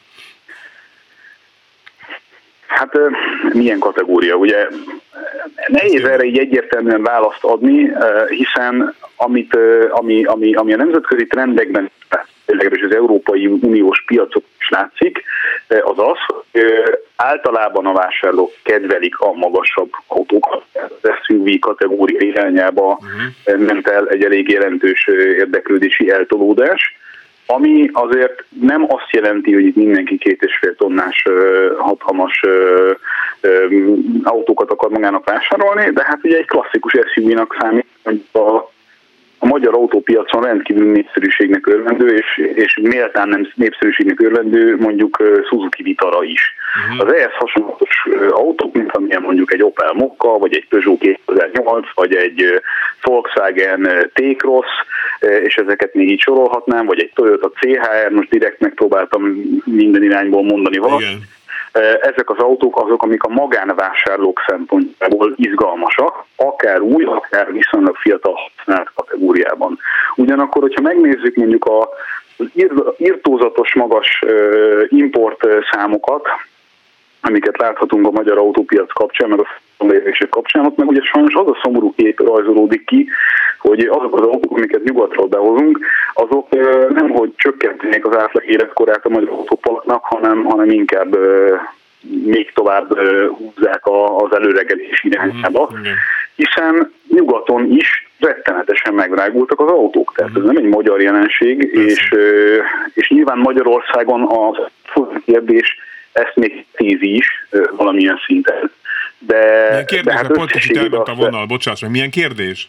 Hát milyen kategória? Ugye nehéz erre így egyértelműen választ adni, hiszen amit, ami, ami, ami a nemzetközi trendekben, legalábbis az Európai Uniós piacok is látszik, az az, hogy általában a vásárlók kedvelik a magasabb autókat. Az es u vé kategória irányába uh-huh. ment el egy elég jelentős érdeklődési eltolódás, ami azért nem azt jelenti, hogy itt mindenki két és fél tonnás hatalmas autókat akar magának vásárolni, de hát ugye egy klasszikus es u vé-nak számít, hogy a a magyar autópiacon rendkívül népszerűségnek örvendő, és, és méltán nem népszerűségnek örvendő mondjuk Suzuki Vitara is. Uh-huh. Az ehhez hasonlatos autók, mint amilyen mondjuk egy Opel Mokka, vagy egy Peugeot kétezer-nyolc, vagy egy Volkswagen T-Cross, és ezeket még így sorolhatnám, vagy egy Toyota cé há er, most direkt megpróbáltam minden irányból mondani valamit. Igen. Ezek az autók azok, amik a magánvásárlók szempontjából izgalmasak, akár új, akár viszonylag fiatal használt kategóriában. Ugyanakkor, hogyha megnézzük mondjuk a irtózatos magas import számokat, amiket láthatunk a magyar autópiac kapcsán, meg a lévések kapcsán, ott meg ugye sajnos az a szomorú kép rajzolódik ki, hogy azok az autók, amiket nyugatról behozunk, azok nem hogy csökkentenék az átlag életkorát a magyar autóparknak, hanem, hanem inkább még tovább húzzák az előregelés irányába, hiszen nyugaton is rettenetesen megdrágultak az autók. Tehát ez nem egy magyar jelenség, és, és nyilván Magyarországon az kérdés ezt még tízi is valamilyen szinten. De, milyen kérdés? De hát pont kicsit elment a vonal, bocsáss meg, milyen kérdés?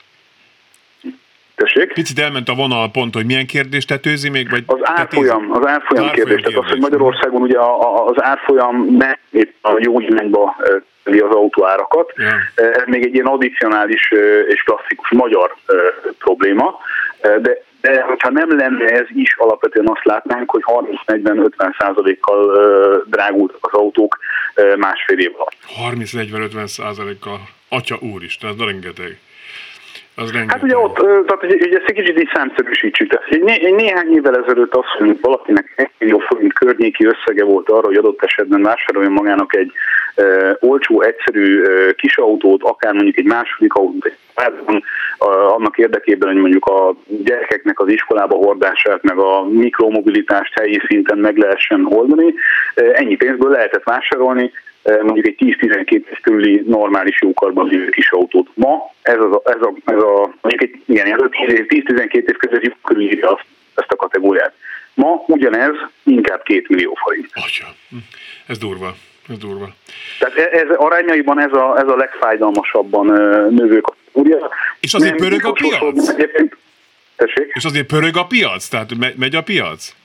Tessék? Picit elment a vonal pont, hogy milyen kérdést tetőzi még? Vagy az árfolyam, az árfolyam kérdés. Tehát az, hogy Magyarországon ugye az árfolyam nem épp a jó irányba teli az autóárakat. Ja. Ez még egy ilyen addicionális és klasszikus magyar probléma, de De ha nem lenne ez is, alapvetően azt látnánk, hogy harminc-negyven-ötven százalékkal drágultak az autók másfél év alatt. harminc-negyven-ötven százalékkal? Atya úristen, ez rengeteg. Az rengeteg. Hát ugye ott, tehát ugye, ugye ezt egy kicsit így számszerűsítsük. Tehát egy, né, egy néhány évvel ezelőtt azt, hogy valakinek egy millió forint környéki összege volt arra, hogy adott esetben vásároljon magának egy e, olcsó, egyszerű e, kis autót, akár mondjuk egy második autót, egy párban, annak érdekében, hogy mondjuk a gyerekeknek az iskolába hordását, meg a mikromobilitást helyi szinten meg lehessen oldani. E, ennyi pénzből lehetett vásárolni mondjuk egy tíz-tizenkét év körüli normális jókarban lévő kis autót. Ma ez a, ez a, ez a mondjuk egy, igen, ez a tíz-tizenkét év között körül írja ezt a kategóriát. Ma ugyanez inkább két millió forint. Atya, ez durva, ez durva. Tehát ez arányaiban ez a, ez a legfájdalmasabban növő kategória. És azért nem pörög a piac? Tessék? És azért pörög a piac? Tehát megy a piac?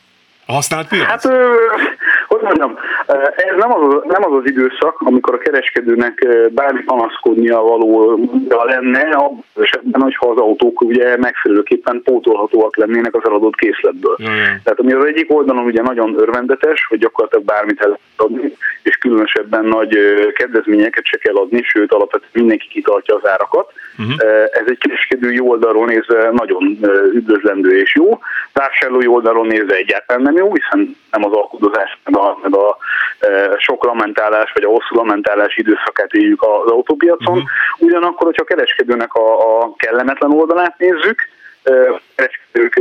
A használt piac? Hát, hogy mondjam, ez nem az, nem az az időszak, amikor a kereskedőnek bármi panaszkodnia való lenne, abban esetben, hogyha az autók ugye megfelelőképpen pótolhatóak lennének az eladott készletből. Jaj. Tehát ami az egyik oldalon ugye nagyon örvendetes, hogy gyakorlatilag bármit el lehet adni, és különösebben nagy kedvezményeket se kell adni, sőt alapvetően mindenki kitartja az árakat. Uh-huh. Ez egy kereskedői oldalról nézve nagyon üdvözlendő és jó, vásárlói oldalról nézve egyáltalán nem jó, hiszen nem az alkudozás, meg a, meg a e, sok lamentálás, vagy a hosszú lamentálás időszakát éljük az autópiacon. Uh-huh. Ugyanakkor, hogyha a kereskedőnek a, a kellemetlen oldalát nézzük, a kereskedők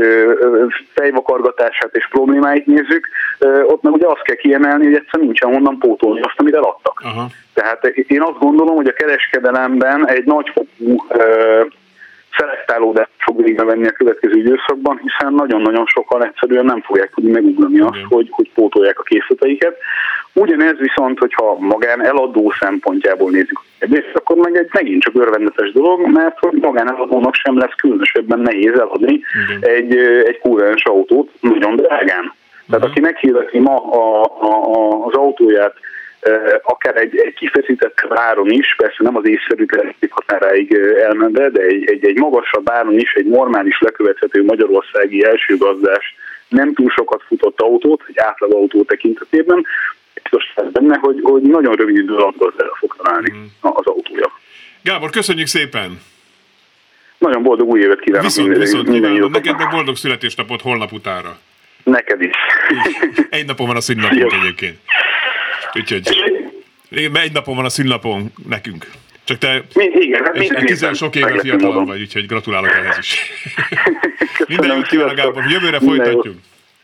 fejvakargatását és problémáit nézzük, ott meg ugye azt kell kiemelni, hogy egyszerűen nincsen honnan pótolni azt, amit eladtak. Uh-huh. Tehát én azt gondolom, hogy a kereskedelemben egy nagyfokú szelektálódást fog végbe venni a következő időszakban, hiszen nagyon-nagyon sokan egyszerűen nem fogják tudni megugrani azt, okay. hogy, hogy pótolják a készleteiket. Ugyanez viszont, hogyha magán eladó szempontjából nézzük, akkor meg egy megint csak örvendetes dolog, mert hogy magáneladónak sem lesz különösebben nehéz eladni okay. egy, egy kúrens autót nagyon drágán. Uh-huh. Tehát aki meghirdeti ma a, a, a, az autóját akár egy, egy kifeszítettebb áron is, persze nem az észszerű határáig elmenve, de egy, egy, egy magasabb áron is, egy normális lekövethető magyarországi elsőgazdás nem túl sokat futott autót, egy átlag autó tekintetében, biztos benne, hogy, hogy nagyon rövid idő alatt gazdára fog találni mm. az autója. Gábor, köszönjük szépen! Nagyon boldog új évet kívánok! Viszont, minden, viszont minden kívánom. Neked meg boldog születésnapot holnap utára! Neked is! Egy napon van a szünnapunk egyébként. Úgyhogy egy napon van a szünnapon nekünk. Csak te tizen sok éve fiatalon vagy, úgyhogy gratulálok ehhez is. Minden jót kívánok, Gábor, jövőre folytatjuk.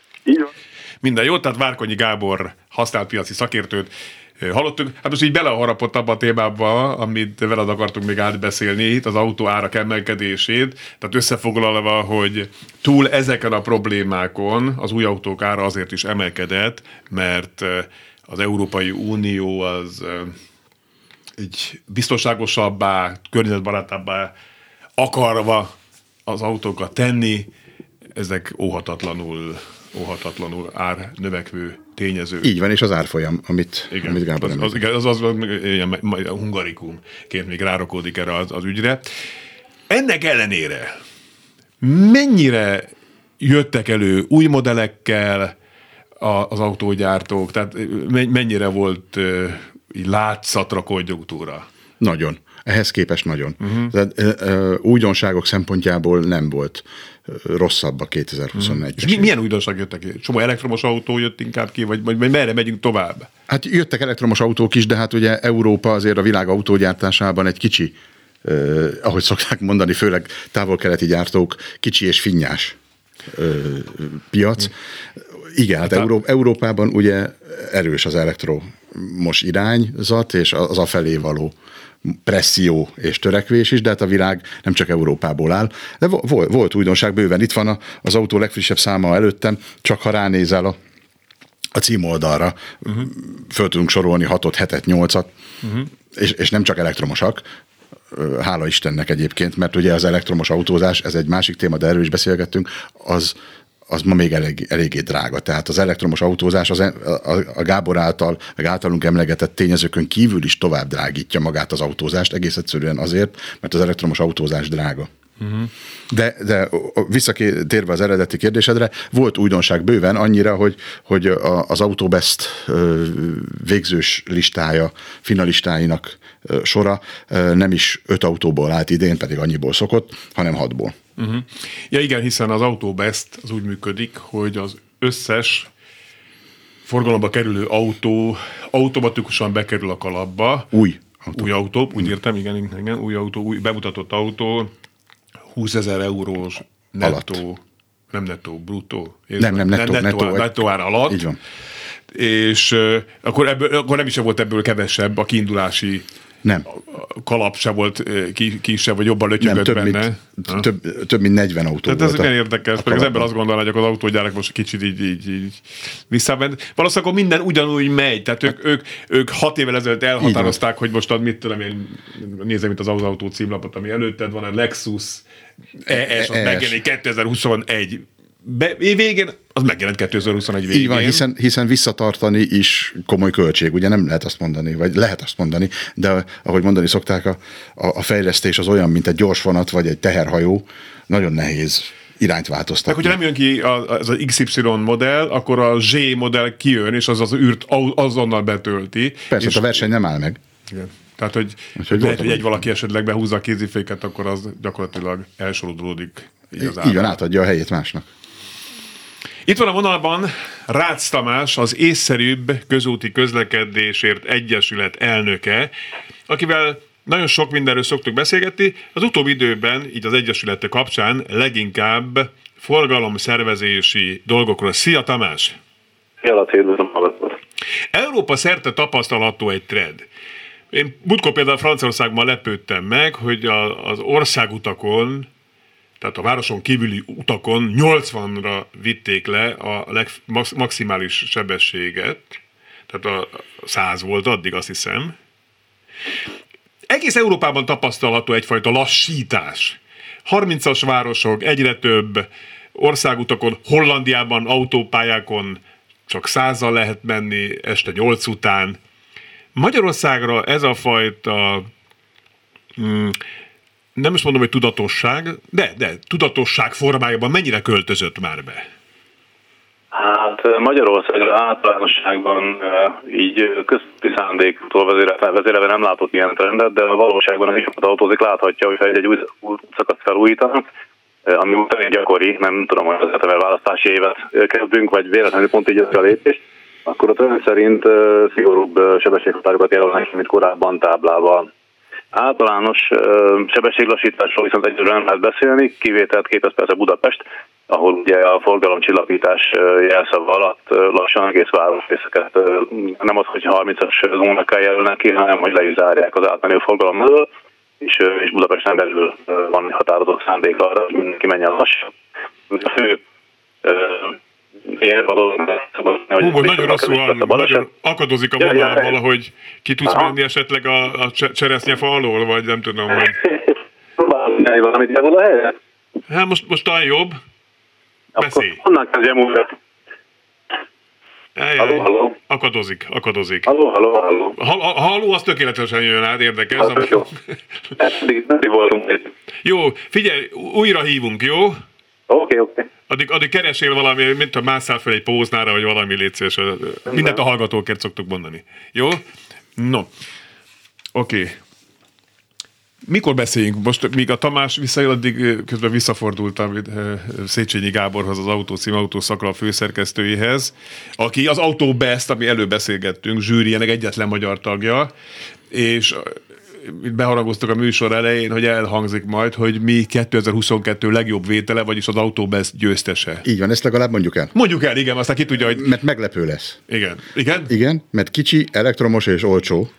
Minden jót, tehát Várkonyi Gábor használt piaci szakértőt hallottunk. Hát most így beleharapott abba a témába, amit veled akartunk még átbeszélni, itt az autó árak emelkedését. Tehát összefoglalva, hogy túl ezeken a problémákon az új autók ára azért is emelkedett, mert az Európai Unió az így biztonságosabbá, környezetbarátabbá akarva az autókat tenni, ezek óhatatlanul, óhatatlanul ár növekvő tényező. Így van, és az árfolyam, amit, igen, amit Gábor az, az, igen, az, az, az ilyen hungarikumként még rárakodik erre az, az ügyre. Ennek ellenére mennyire jöttek elő új modellekkel az autógyártók, tehát mennyire volt így látszatra konjunktúra? Nagyon. Ehhez képest nagyon. Uh-huh. Tehát, ö, ö, újdonságok szempontjából nem volt rosszabb a kétezer-huszonegyes. Uh-huh. És mi, milyen újdonság jöttek ki? Csomó elektromos autó jött inkább ki, vagy, vagy merre megyünk tovább? Hát jöttek elektromos autók is, de hát ugye Európa azért a világ autógyártásában egy kicsi, eh, ahogy szokták mondani, főleg távol-keleti gyártók, kicsi és finnyás eh, piac. Uh-huh. Igen, hát, hát Euró- Európában ugye erős az elektromos irányzat, és az afelé való presszió és törekvés is, de hát a világ nem csak Európából áll. De volt, volt újdonság bőven. Itt van az autó legfrissebb száma előttem, csak ha ránézel a, a címoldalra, uh-huh. föl tudunk sorolni hatot, hetet, nyolcat, uh-huh. és, és nem csak elektromosak, hála Istennek egyébként, mert ugye az elektromos autózás, ez egy másik téma, de erről is beszélgettünk, az az ma még elég, eléggé drága. Tehát az elektromos autózás az, a, a Gábor által, meg általunk emlegetett tényezőkön kívül is tovább drágítja magát az autózást, egész egyszerűen azért, mert az elektromos autózás drága. Uh-huh. De, de visszatérve az eredeti kérdésedre, volt újdonság bőven annyira, hogy, hogy az Autobest végzős listája, finalistáinak sora nem is öt autóból állt idén, pedig annyiból szokott, hanem hatból. Uh-huh. Ja igen, hiszen az Autobest az úgy működik, hogy az összes forgalomba kerülő autó automatikusan bekerül a kalapba. Új autó. Új autó, úgy értem, igen, igen, új autó, új bemutatott autó, húszezer eurós nettó, alatt. Nem nettó, bruttó. Nem, nem, nettó, nettó, nettó, nettó, nettó ár alatt. Így van. És uh, akkor, ebből, akkor nem is volt ebből kevesebb a kiindulási nem. kalap se volt kisebb, vagy jobban lötyögött több benne. Mint, több, több mint negyven autó Tehát volt. Ez igen érdekes, mert az ember azt gondolja, hogy az autógyárak most kicsit így, így, így visszament. Valószínűleg akkor minden ugyanúgy megy, tehát ők, ők, ők hat évvel ezelőtt elhatározták, hogy most ad, mit tudom én, nézem itt az autó címlapot, ami előtted van, a Lexus E S, az megjelenik kétezer-huszonegy Be, végén, az megjelent kétezer-huszonegy végén. Így van, hiszen, hiszen visszatartani is komoly költség, ugye nem lehet azt mondani, vagy lehet azt mondani, de ahogy mondani szokták, a, a fejlesztés az olyan, mint egy gyorsvonat, vagy egy teherhajó, nagyon nehéz irányt változtatni. Meg hogyha nem jön ki az az iksz ipszilon modell, akkor a Z modell kijön, és az az űrt azonnal betölti. Persze, és a verseny nem áll meg. Igen. Tehát, hogy, hogy lehet, hogy egy valaki esetleg behúzza a kéziféket, akkor az gyakorlatilag elsorodulódik. Így, az így van, átadja a helyét másnak. Itt van a vonalban Rácz Tamás, az Észszerűbb Közúti Közlekedésért Egyesület elnöke, akivel nagyon sok mindenről szoktuk beszélgetni. Az utóbbi időben, így az Egyesülete kapcsán leginkább forgalomszervezési dolgokról. Szia Tamás! Szia Laci, üdvözlöm hallgatót! Európa szerte tapasztalható egy trend. Én múltkor például Franciaországban lepődtem meg, hogy a, az országutakon, tehát a városon kívüli utakon nyolcvanra vitték le a legmax, maximális sebességet, tehát a száz volt addig, azt hiszem. Egész Európában tapasztalható egyfajta lassítás. harmincas városok, egyre több országutakon, Hollandiában, autópályákon csak százzal lehet menni este nyolc után. Magyarországra ez a fajta... Hmm, nem is mondom, hogy tudatosság, de, de tudatosság formájában mennyire költözött már be? Hát Magyarországra általánosságban így közötti szándéktól vezérelve nem látott ilyen trendet, de a valóságban, aki sokat autózik, láthatja, hogyha egy, egy új szakaszt felújítanak, ami után gyakori, nem tudom, hogy azért, mert választási évet kezdünk, vagy véletlenül pont így a lépés, akkor a trend szerint szigorúbb sebességhatárokat jelölnek, mint korábban táblával. Általános uh, sebességlassításról viszont egyről nem lehet beszélni, kivételt képez persze Budapest, ahol ugye a forgalomcsillapítás uh, jelszava alatt uh, lassan egész városrészeket uh, nem az, hogy harmincas zónákkal jelölnek ki, hanem hogy le is zárják az átmenő forgalom mellől, és, uh, és Budapesten belül uh, van határozott szándék arra, hogy mindenki menjen lassan. A fő uh, ilyen Hú, hogy nagyon rosszul hallom, nagyon akadozik a vonal ja, ja, valahogy. Ki tudsz aha. menni esetleg a, a cseresznyefa alól, vagy nem tudom, hogy... Próbálni valamit javul a helyre? Hát most, most talán jobb. Beszélj. Akkor honnan kezdjem újra? Halló, halló. Akadozik, akadozik. Halló, halló, halló. Ha, ha, halló, az tökéletesen jön át, érdekes. Az jó. Jó, figyelj, újra hívunk, jó? Oké, okay, oké. Okay. Addig, addig keresél valami, mint ha másszál fel egy póznára, vagy valami létszés. Mindent a hallgatókért szoktuk mondani. Jó? No. Oké. Okay. Mikor beszéljünk? Most, míg a Tamás visszajön, addig közben visszafordultam Széchenyi Gáborhoz, az Autócím Autószakra főszerkesztőjéhez, aki az AutoBest, ami előbb beszélgettünk, zsűriének egyetlen magyar tagja, és beharangoztak a műsor elején, hogy elhangzik majd, hogy mi kétezer-huszonkettő legjobb vétele, vagyis az AutoBest győztese. Így van, ezt legalább mondjuk el. Mondjuk el, igen, aztán ki tudja, hogy... Mert meglepő lesz. Igen. Igen? Igen, mert kicsi, elektromos és olcsó.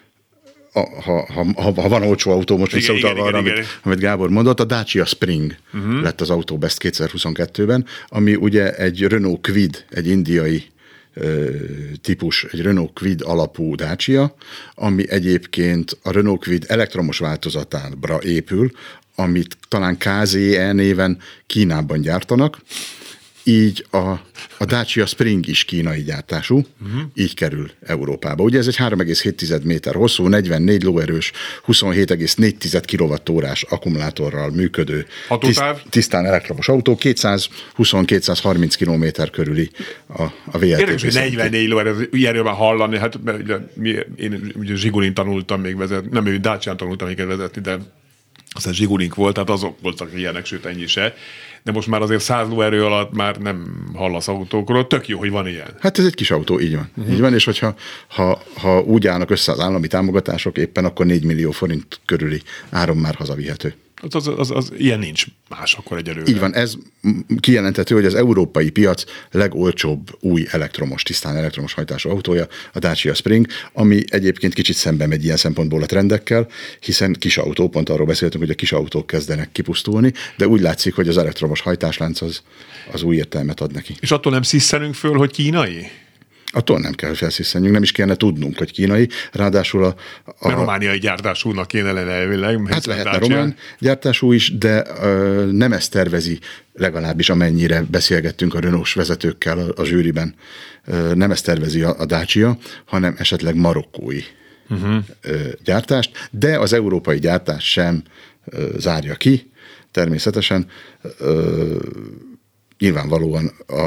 Ha, ha, ha, ha van olcsó autó, most visszautalva arra, amit, amit Gábor mondott, a Dacia Spring uh-huh. lett az AutoBest kétezer-huszonkettőben, ami ugye egy Renault Kwid, egy indiai ö, típus, egy Renault Kwid alapú Dacia, ami egyébként a Renault Kwid elektromos változatára épül, amit talán ká zé e néven Kínában gyártanak, így a, a Dacia Spring is kínai gyártású, uh-huh. így kerül Európába. Ugye ez egy három egész hét méter hosszú, negyvennégy lóerős, huszonhét egész négy kilowattórás akkumulátorral működő tiszt, tisztán elektromos autó, kétszázhúsz-kétszázharminc kilométer körüli a, a vé el té. Érdekes, hogy negyvennégy lóerő, ilyenről már hallani, hát én ugye Zsigulin tanultam még vezetni, nem ő Dacián tanultam még vezetni, de aztán Zsigulink volt, tehát azok voltak ilyenek, sőt ennyi se. De most már azért száz lóerő alatt már nem hallasz autókról. Tök jó, hogy van ilyen. Hát ez egy kis autó, így van. Uh-huh. Így van, és hogyha ha, ha úgy állnak össze az állami támogatások, éppen akkor négy millió forint körüli áron már hazavihető. Az, az, az, az ilyen nincs más akkor egyelőre. Így van, ez kijelenthető, hogy az európai piac legolcsóbb új elektromos, tisztán elektromos hajtású autója, a Dacia Spring, ami egyébként kicsit szembe megy ilyen szempontból a trendekkel, hiszen kis autó, pont arról beszéltünk, hogy a kis autók kezdenek kipusztulni, de úgy látszik, hogy az elektromos hajtáslánc az, az új értelmet ad neki. És attól nem sziszenünk föl, hogy kínai? Attól nem kell felsziszenjünk, nem is kellene tudnunk, hogy kínai, ráadásul a... a Mert romániai gyártásúnak kéne lenni elvileg. Hát lehetne román gyártású is, de ö, nem ezt tervezi, legalábbis amennyire beszélgettünk a Renault-s vezetőkkel a, a zsűriben, ö, nem ezt tervezi a, a Dacia, hanem esetleg marokkói uh-huh. ö, gyártást, de az európai gyártás sem ö, zárja ki, természetesen ö, nyilvánvalóan a,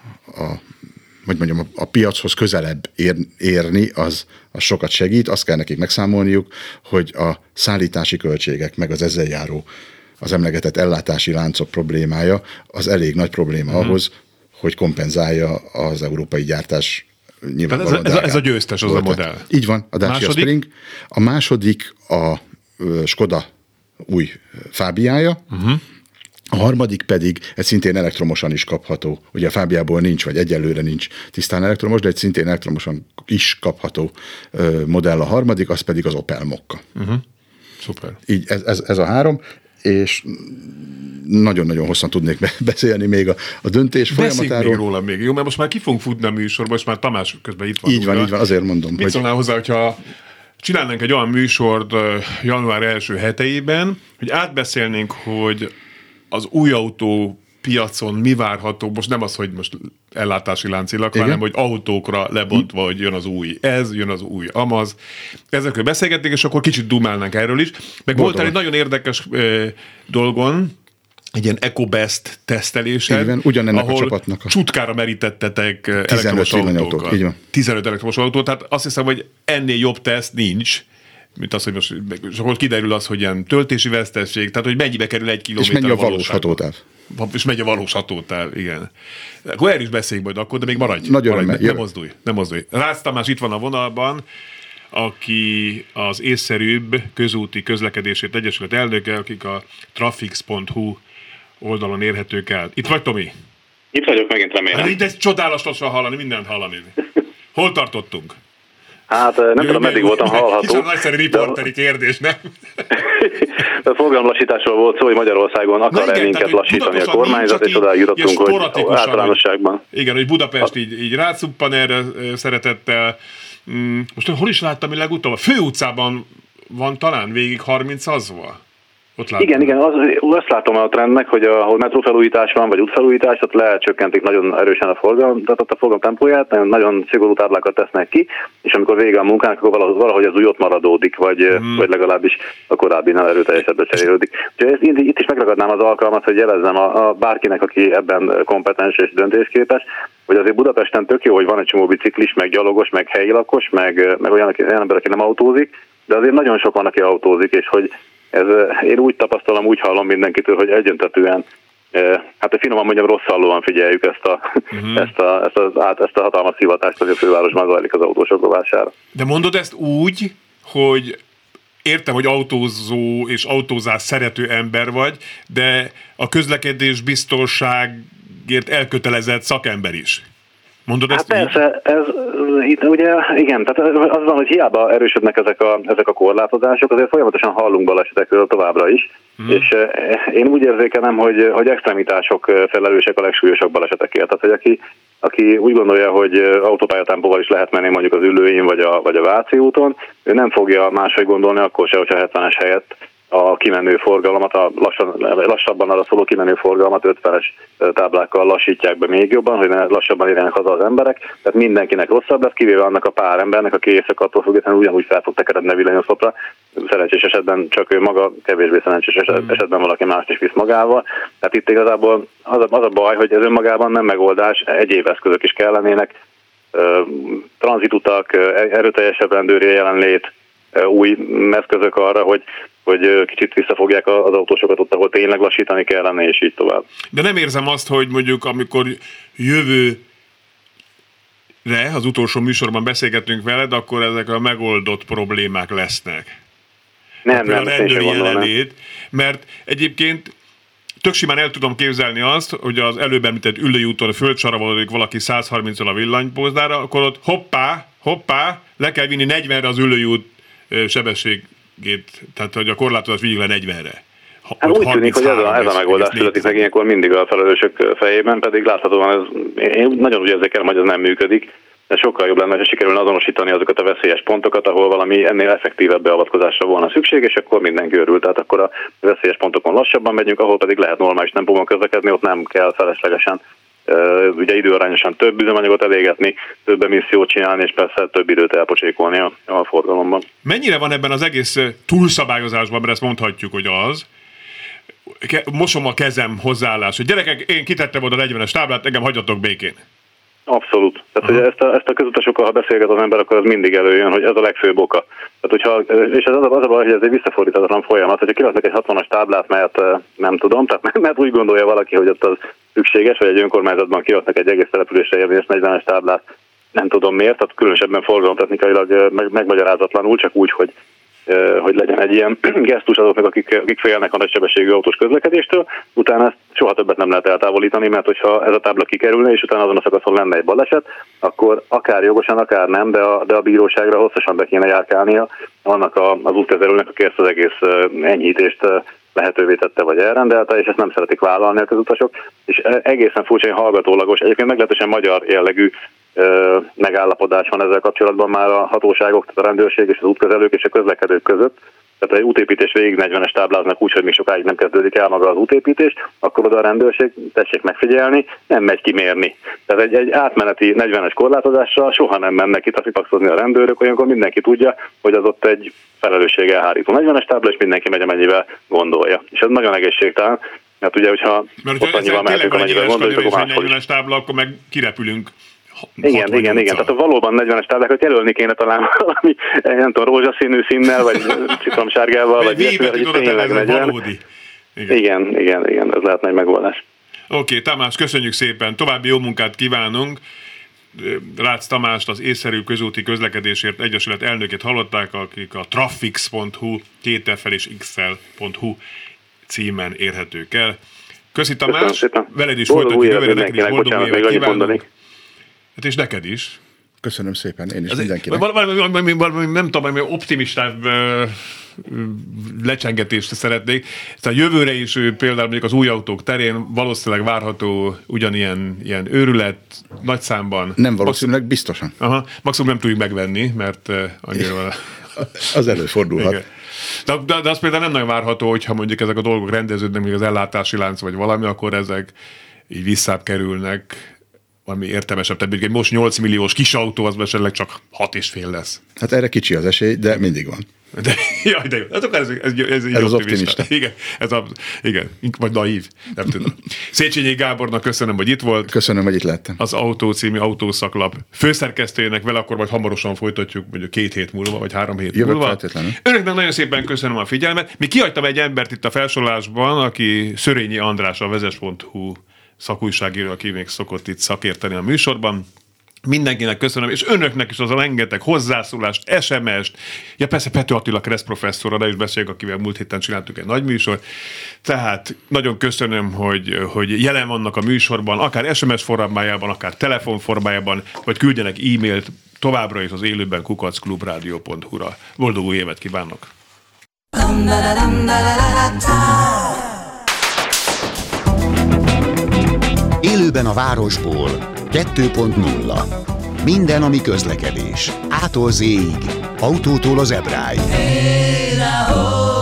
a hogy mondjam, a, a piachoz közelebb ér, érni, az, az sokat segít. Azt kell nekik megszámolniuk, hogy a szállítási költségek, meg az ezzel járó, az emlegetett ellátási láncok problémája, az elég nagy probléma uh-huh. ahhoz, hogy kompenzálja az európai gyártás nyilvánvalóan. Ez, ez, ez a győztes az voltát. A modell. Így van, a Dacia második? Spring. A második a Skoda új Fábiája, uh-huh. A harmadik pedig egy szintén elektromosan is kapható. Ugye a Fábiából nincs, vagy egyelőre nincs tisztán elektromos, de egy szintén elektromosan is kapható modell a harmadik, az pedig az Opel Mokka. Uh-huh. Szuper. Így ez, ez, ez a három, és nagyon-nagyon hosszan tudnék beszélni még a, a döntés folyamatáról. Beszéljünk még róla még, jó? Mert most már ki fogunk futni a műsorba, most már Tamás közben itt van. Így van, így van, azért mondom. Mit hogy... szólnál hozzá, hogyha csinálnánk egy olyan műsort január első heteiben, hogy átbeszélnénk, hogy az új autó piacon mi várható, most nem az, hogy most ellátási láncilag, igen? hanem hogy autókra lebontva, hogy jön az új ez, jön az új amaz. Ezekről beszélgetnénk, és akkor kicsit dumálnánk erről is. Meg volt egy nagyon érdekes eh, dolgon, egy ilyen EcoBest tesztelésed, igen, ugyanennek ahol a csapatnak a... csutkára merítettetek elektromos autókat. Így van. tizenöt elektromos autó, tehát azt hiszem, hogy ennél jobb teszt nincs, mint az, hogy most, és akkor kiderül az, hogy ilyen töltési vesztesség, tehát hogy mennyibe kerül egy kilométer. És mennyi a valós hatótáv. És megy a valós hatótáv, igen. Akkor erről is beszéljünk majd akkor, de még maradj. Nagyon maradj maradj, ne, nem mozdulj, nem mozdulj. Rácz Tamás itt van a vonalban, aki az észszerűbb közúti közlekedésért egyesület elnöke, akik a trafix pont hu oldalon érhetők el. Itt vagy, Tomi? Itt vagyok, megint remélem. Hát, de csodálatosan hallani, mindent hallani. Hol tartottunk? Hát nem tudom, meddig voltam hallható. Kicsit nagyszerű riporteri kérdés, nem? A forgalomlassításról volt szó, hogy Magyarországon akar-e minket lassítani a kormányzat, és oda jutottunk, hogy általánosságban. Igen, hogy Budapest így, így rácuppan erre szeretettel. Most hol is láttam, hogy legutóbb? A főutcában van talán végig harmincazval? Igen, igen, az, azt látom a trendnek, hogy ahol metrófelújítás van, vagy útfelújítás, ott lecsökkentik nagyon erősen a forgalom, tehát ott a forgalom tempóját, nagyon, nagyon szigorú táblákat tesznek ki, és amikor vége a munkának, akkor valahogy, valahogy az úgy ott maradódik, vagy, hmm. vagy legalábbis a korábbinál erőteljesebbre cserélődik. Úgyhogy itt is megragadnám az alkalmat, hogy jelezzem a, a bárkinek, aki ebben kompetens és döntésképes, hogy azért Budapesten tök jó, hogy van egy csomó biciklis, meg gyalogos, meg helyi lakos, meg, meg olyan, olyan ember, aki nem autózik, de azért nagyon sok van, aki autózik, és hogy ez, én úgy tapasztalom, úgy hallom mindenkitől, hogy egyöntetően, hát finoman mondjam, rosszallóan figyeljük ezt a, uh-huh. ezt a, ezt a, át, ezt a hatalmas szivatást, hogy a fővárosban zajlik az autósok rovására. De mondod ezt úgy, hogy értem, hogy autózó és autózás szerető ember vagy, de a közlekedés biztonságért elkötelezett szakember is. Mondod hát ezt persze, ez, itt ugye, igen, tehát az van, hogy hiába erősödnek ezek a, ezek a korlátozások, azért folyamatosan hallunk balesetekről továbbra is, hmm. és én úgy érzékelem, hogy, hogy extremitások felelősek a legsúlyosabb balesetekért. Tehát, hogy aki, aki úgy gondolja, hogy autópályatempóval is lehet menni mondjuk az Üllőin vagy a, vagy a Váci úton, ő nem fogja máshogy gondolni, akkor se, hogyha hetvenes helyett a kimenő forgalmat, a lassan, lassabban arra szóló kimenő forgalmat ötvenes táblákkal lassítják be még jobban, hogy ne lassabban érjenek haza az emberek. Tehát mindenkinek rosszabb lesz, kivéve annak a pár embernek, aki éjszakattól függetlenül ugyanúgy fel fog tekeredni a villanyoszlopra. Szerencsés esetben csak ő maga, kevésbé szerencsés esetben valaki mást is visz magával. Tehát itt igazából az a, az a baj, hogy ez önmagában nem megoldás, egyéb eszközök is kellenének. Tranzitutak, erőteljesebb rendőri jelenlét, új eszközök arra, hogy hogy kicsit visszafogják az autósokat ott, ahol tényleg lassítani kellene, és így tovább. De nem érzem azt, hogy mondjuk amikor jövőre, az utolsó műsorban beszélgetünk veled, akkor ezek a megoldott problémák lesznek. Nem, nem, a rendőri jelenlét, mert egyébként tök simán el tudom képzelni azt, hogy az előbb említett Üllői úton földsarabolodik valaki száz harminccal a villanypózdára, akkor ott hoppá, hoppá, le kell vinni negyvenre az Üllői út sebesség. Tehát, hogy a korlátozás vigyük le negyvenre. Hát úgy tűnik, hogy ez a, ez a megoldás születik meg ilyenkor mindig a felelősök fejében, pedig láthatóan ez, én nagyon úgy érzékelem, hogy ez nem működik, de sokkal jobb lenne, ha sikerülne azonosítani azokat a veszélyes pontokat, ahol valami ennél effektívebb beavatkozásra volna szükség, és akkor mindenki örül. Tehát akkor a veszélyes pontokon lassabban megyünk, ahol pedig lehet normális tempóban közlekedni, ott nem kell feleslegesen ugye időarányosan több üzemanyagot elégetni, több emissziót csinálni, és persze több időt elpocsékolni a, a forgalomban. Mennyire van ebben az egész túlszabályozásban, mert ezt mondhatjuk, hogy az, mosom a kezem hozzáállás, hogy gyerekek, én kitettem oda a negyvenes táblát, engem hagyjatok békén. Abszolút. Tehát, hogy ezt a, ezt a közutasokkal, ha beszélget az ember, akkor az mindig előjön, hogy ez a legfőbb oka. Tehát, hogyha, és ez az a, az a baj, hogy ez egy visszafordítatlan folyamat, hogyha kiraknak egy hatvanas táblát, mert nem tudom, tehát mert úgy gondolja valaki, hogy ott az szükséges, vagy egy önkormányzatban kiraknak egy egész településre érvényes negyvenes táblát, nem tudom miért, tehát különösebben forgalomtechnikailag meg, megmagyarázatlanul, csak úgy, hogy hogy legyen egy ilyen gesztus azoknak, akik, akik félnek a nagysebességű autós közlekedéstől, utána ezt soha többet nem lehet eltávolítani, mert hogyha ez a tábla kikerülne, és utána azon a szakaszon lenne egy baleset, akkor akár jogosan, akár nem, de a, de a bíróságra hosszasan be kéne járkálnia annak a, az útkezelőnek, aki ezt az egész enyhítést lehetővé tette vagy elrendelte, és ezt nem szeretik vállalni a közutasok, és egészen furcsa, hallgatólagos, egyébként meglehetősen magyar jellegű megállapodás van ezzel kapcsolatban már a hatóságok, tehát a rendőrség és az útkezelők és a közlekedők között. Tehát egy útépítés végig negyvenes tábláznak úgy, hogy még sokáig nem kezdődik el maga az útépítés, akkor oda a rendőrség, tessék megfigyelni, nem megy kimérni. Tehát egy, egy átmeneti negyvenes korlátozásra soha nem mennek ki taxipaxozni a rendőrök, olyankor mindenki tudja, hogy az ott egy felelősséggel hárító negyvenes tábla, és mindenki megy, amennyivel gondolja. És ez nagyon egészségtelen, mert ugye, hogyha mert ott annyival mehetünk, amennyivel gondoljuk, akkor máshol is. negyvenes tábla, akkor meg kirepülünk. Igen, igen, igen. Tehát a valóban negyvenes táblákat jelölni kéne talán valami, nem tudom, rózsaszínű színnel, vagy citromsárgával, vagy ilyesmi, hogy tényleg negyven. Igen. igen, igen, igen, ez lehetne egy megoldás. Oké, okay, Tamás, köszönjük szépen. További jó munkát kívánunk. Rácz Tamást, az Észszerű Közúti Közlekedésért Egyesület elnökét hallották, akik a trafix pont hu, két F-el és X L pont hu címen érhetők el. Köszi Tamás, veled is folytatjuk jövőre, neked is boldog évet kívánunk. Hát és neked is. Köszönöm szépen, én is az mindenkinek. Valami, valami, valami, valami, nem tudom, valami optimistább lecsengetést szeretnék. Tehát jövőre is például mondjuk az új autók terén valószínűleg várható ugyanilyen ilyen őrület nagy számban. Nem valószínűleg, biztosan. Aha, maximum nem tudjuk megvenni, mert annyira... Az előfordulhat. Igen. De, de, de az például nem nagyon várható, hogyha mondjuk ezek a dolgok rendeződnek, még az ellátási lánc vagy valami, akkor ezek így visszább kerülnek, valami értelmesebb. Tehát egy most nyolc milliós kis autó, az esetleg csak hat és fél lesz. Hát erre kicsi az esély, de mindig van. De, jaj, de jó. Hát akkor ez, ez, ez, ez az optimista. Igen, ez a, igen, vagy naív, nem tudom. Széchenyi Gábornak köszönöm, hogy itt volt. Köszönöm, hogy itt lettem. Az Autó című autószaklap főszerkesztőjének, vele akkor majd hamarosan folytatjuk, mondjuk két hét múlva, vagy három hét Jövök múlva. feltétlenül. Önöknek nagyon szépen köszönöm a figyelmet. Mi kihagytam egy embert itt a felsorolásban, aki Szörényi András, a vezes pont hu szakújságíró, aki még szokott itt szakérteni a műsorban. Mindenkinek köszönöm, és önöknek is az a rengeteg hozzászólást, es em est, ja persze Pető Attila keresztprofesszorral, de is beszéljük, akivel múlt héten csináltuk egy nagy műsor. Tehát nagyon köszönöm, hogy, hogy jelen vannak a műsorban, akár es em es formájában, akár telefon formájában, vagy küldjenek e-mailt továbbra is az élőben kukac klubrádió pont hu-ra. Boldog új évet kívánok! Élőben a városból kettő pont nulla. Minden, ami közlekedés. Ától zéig, autótól az Ebráig. Hey,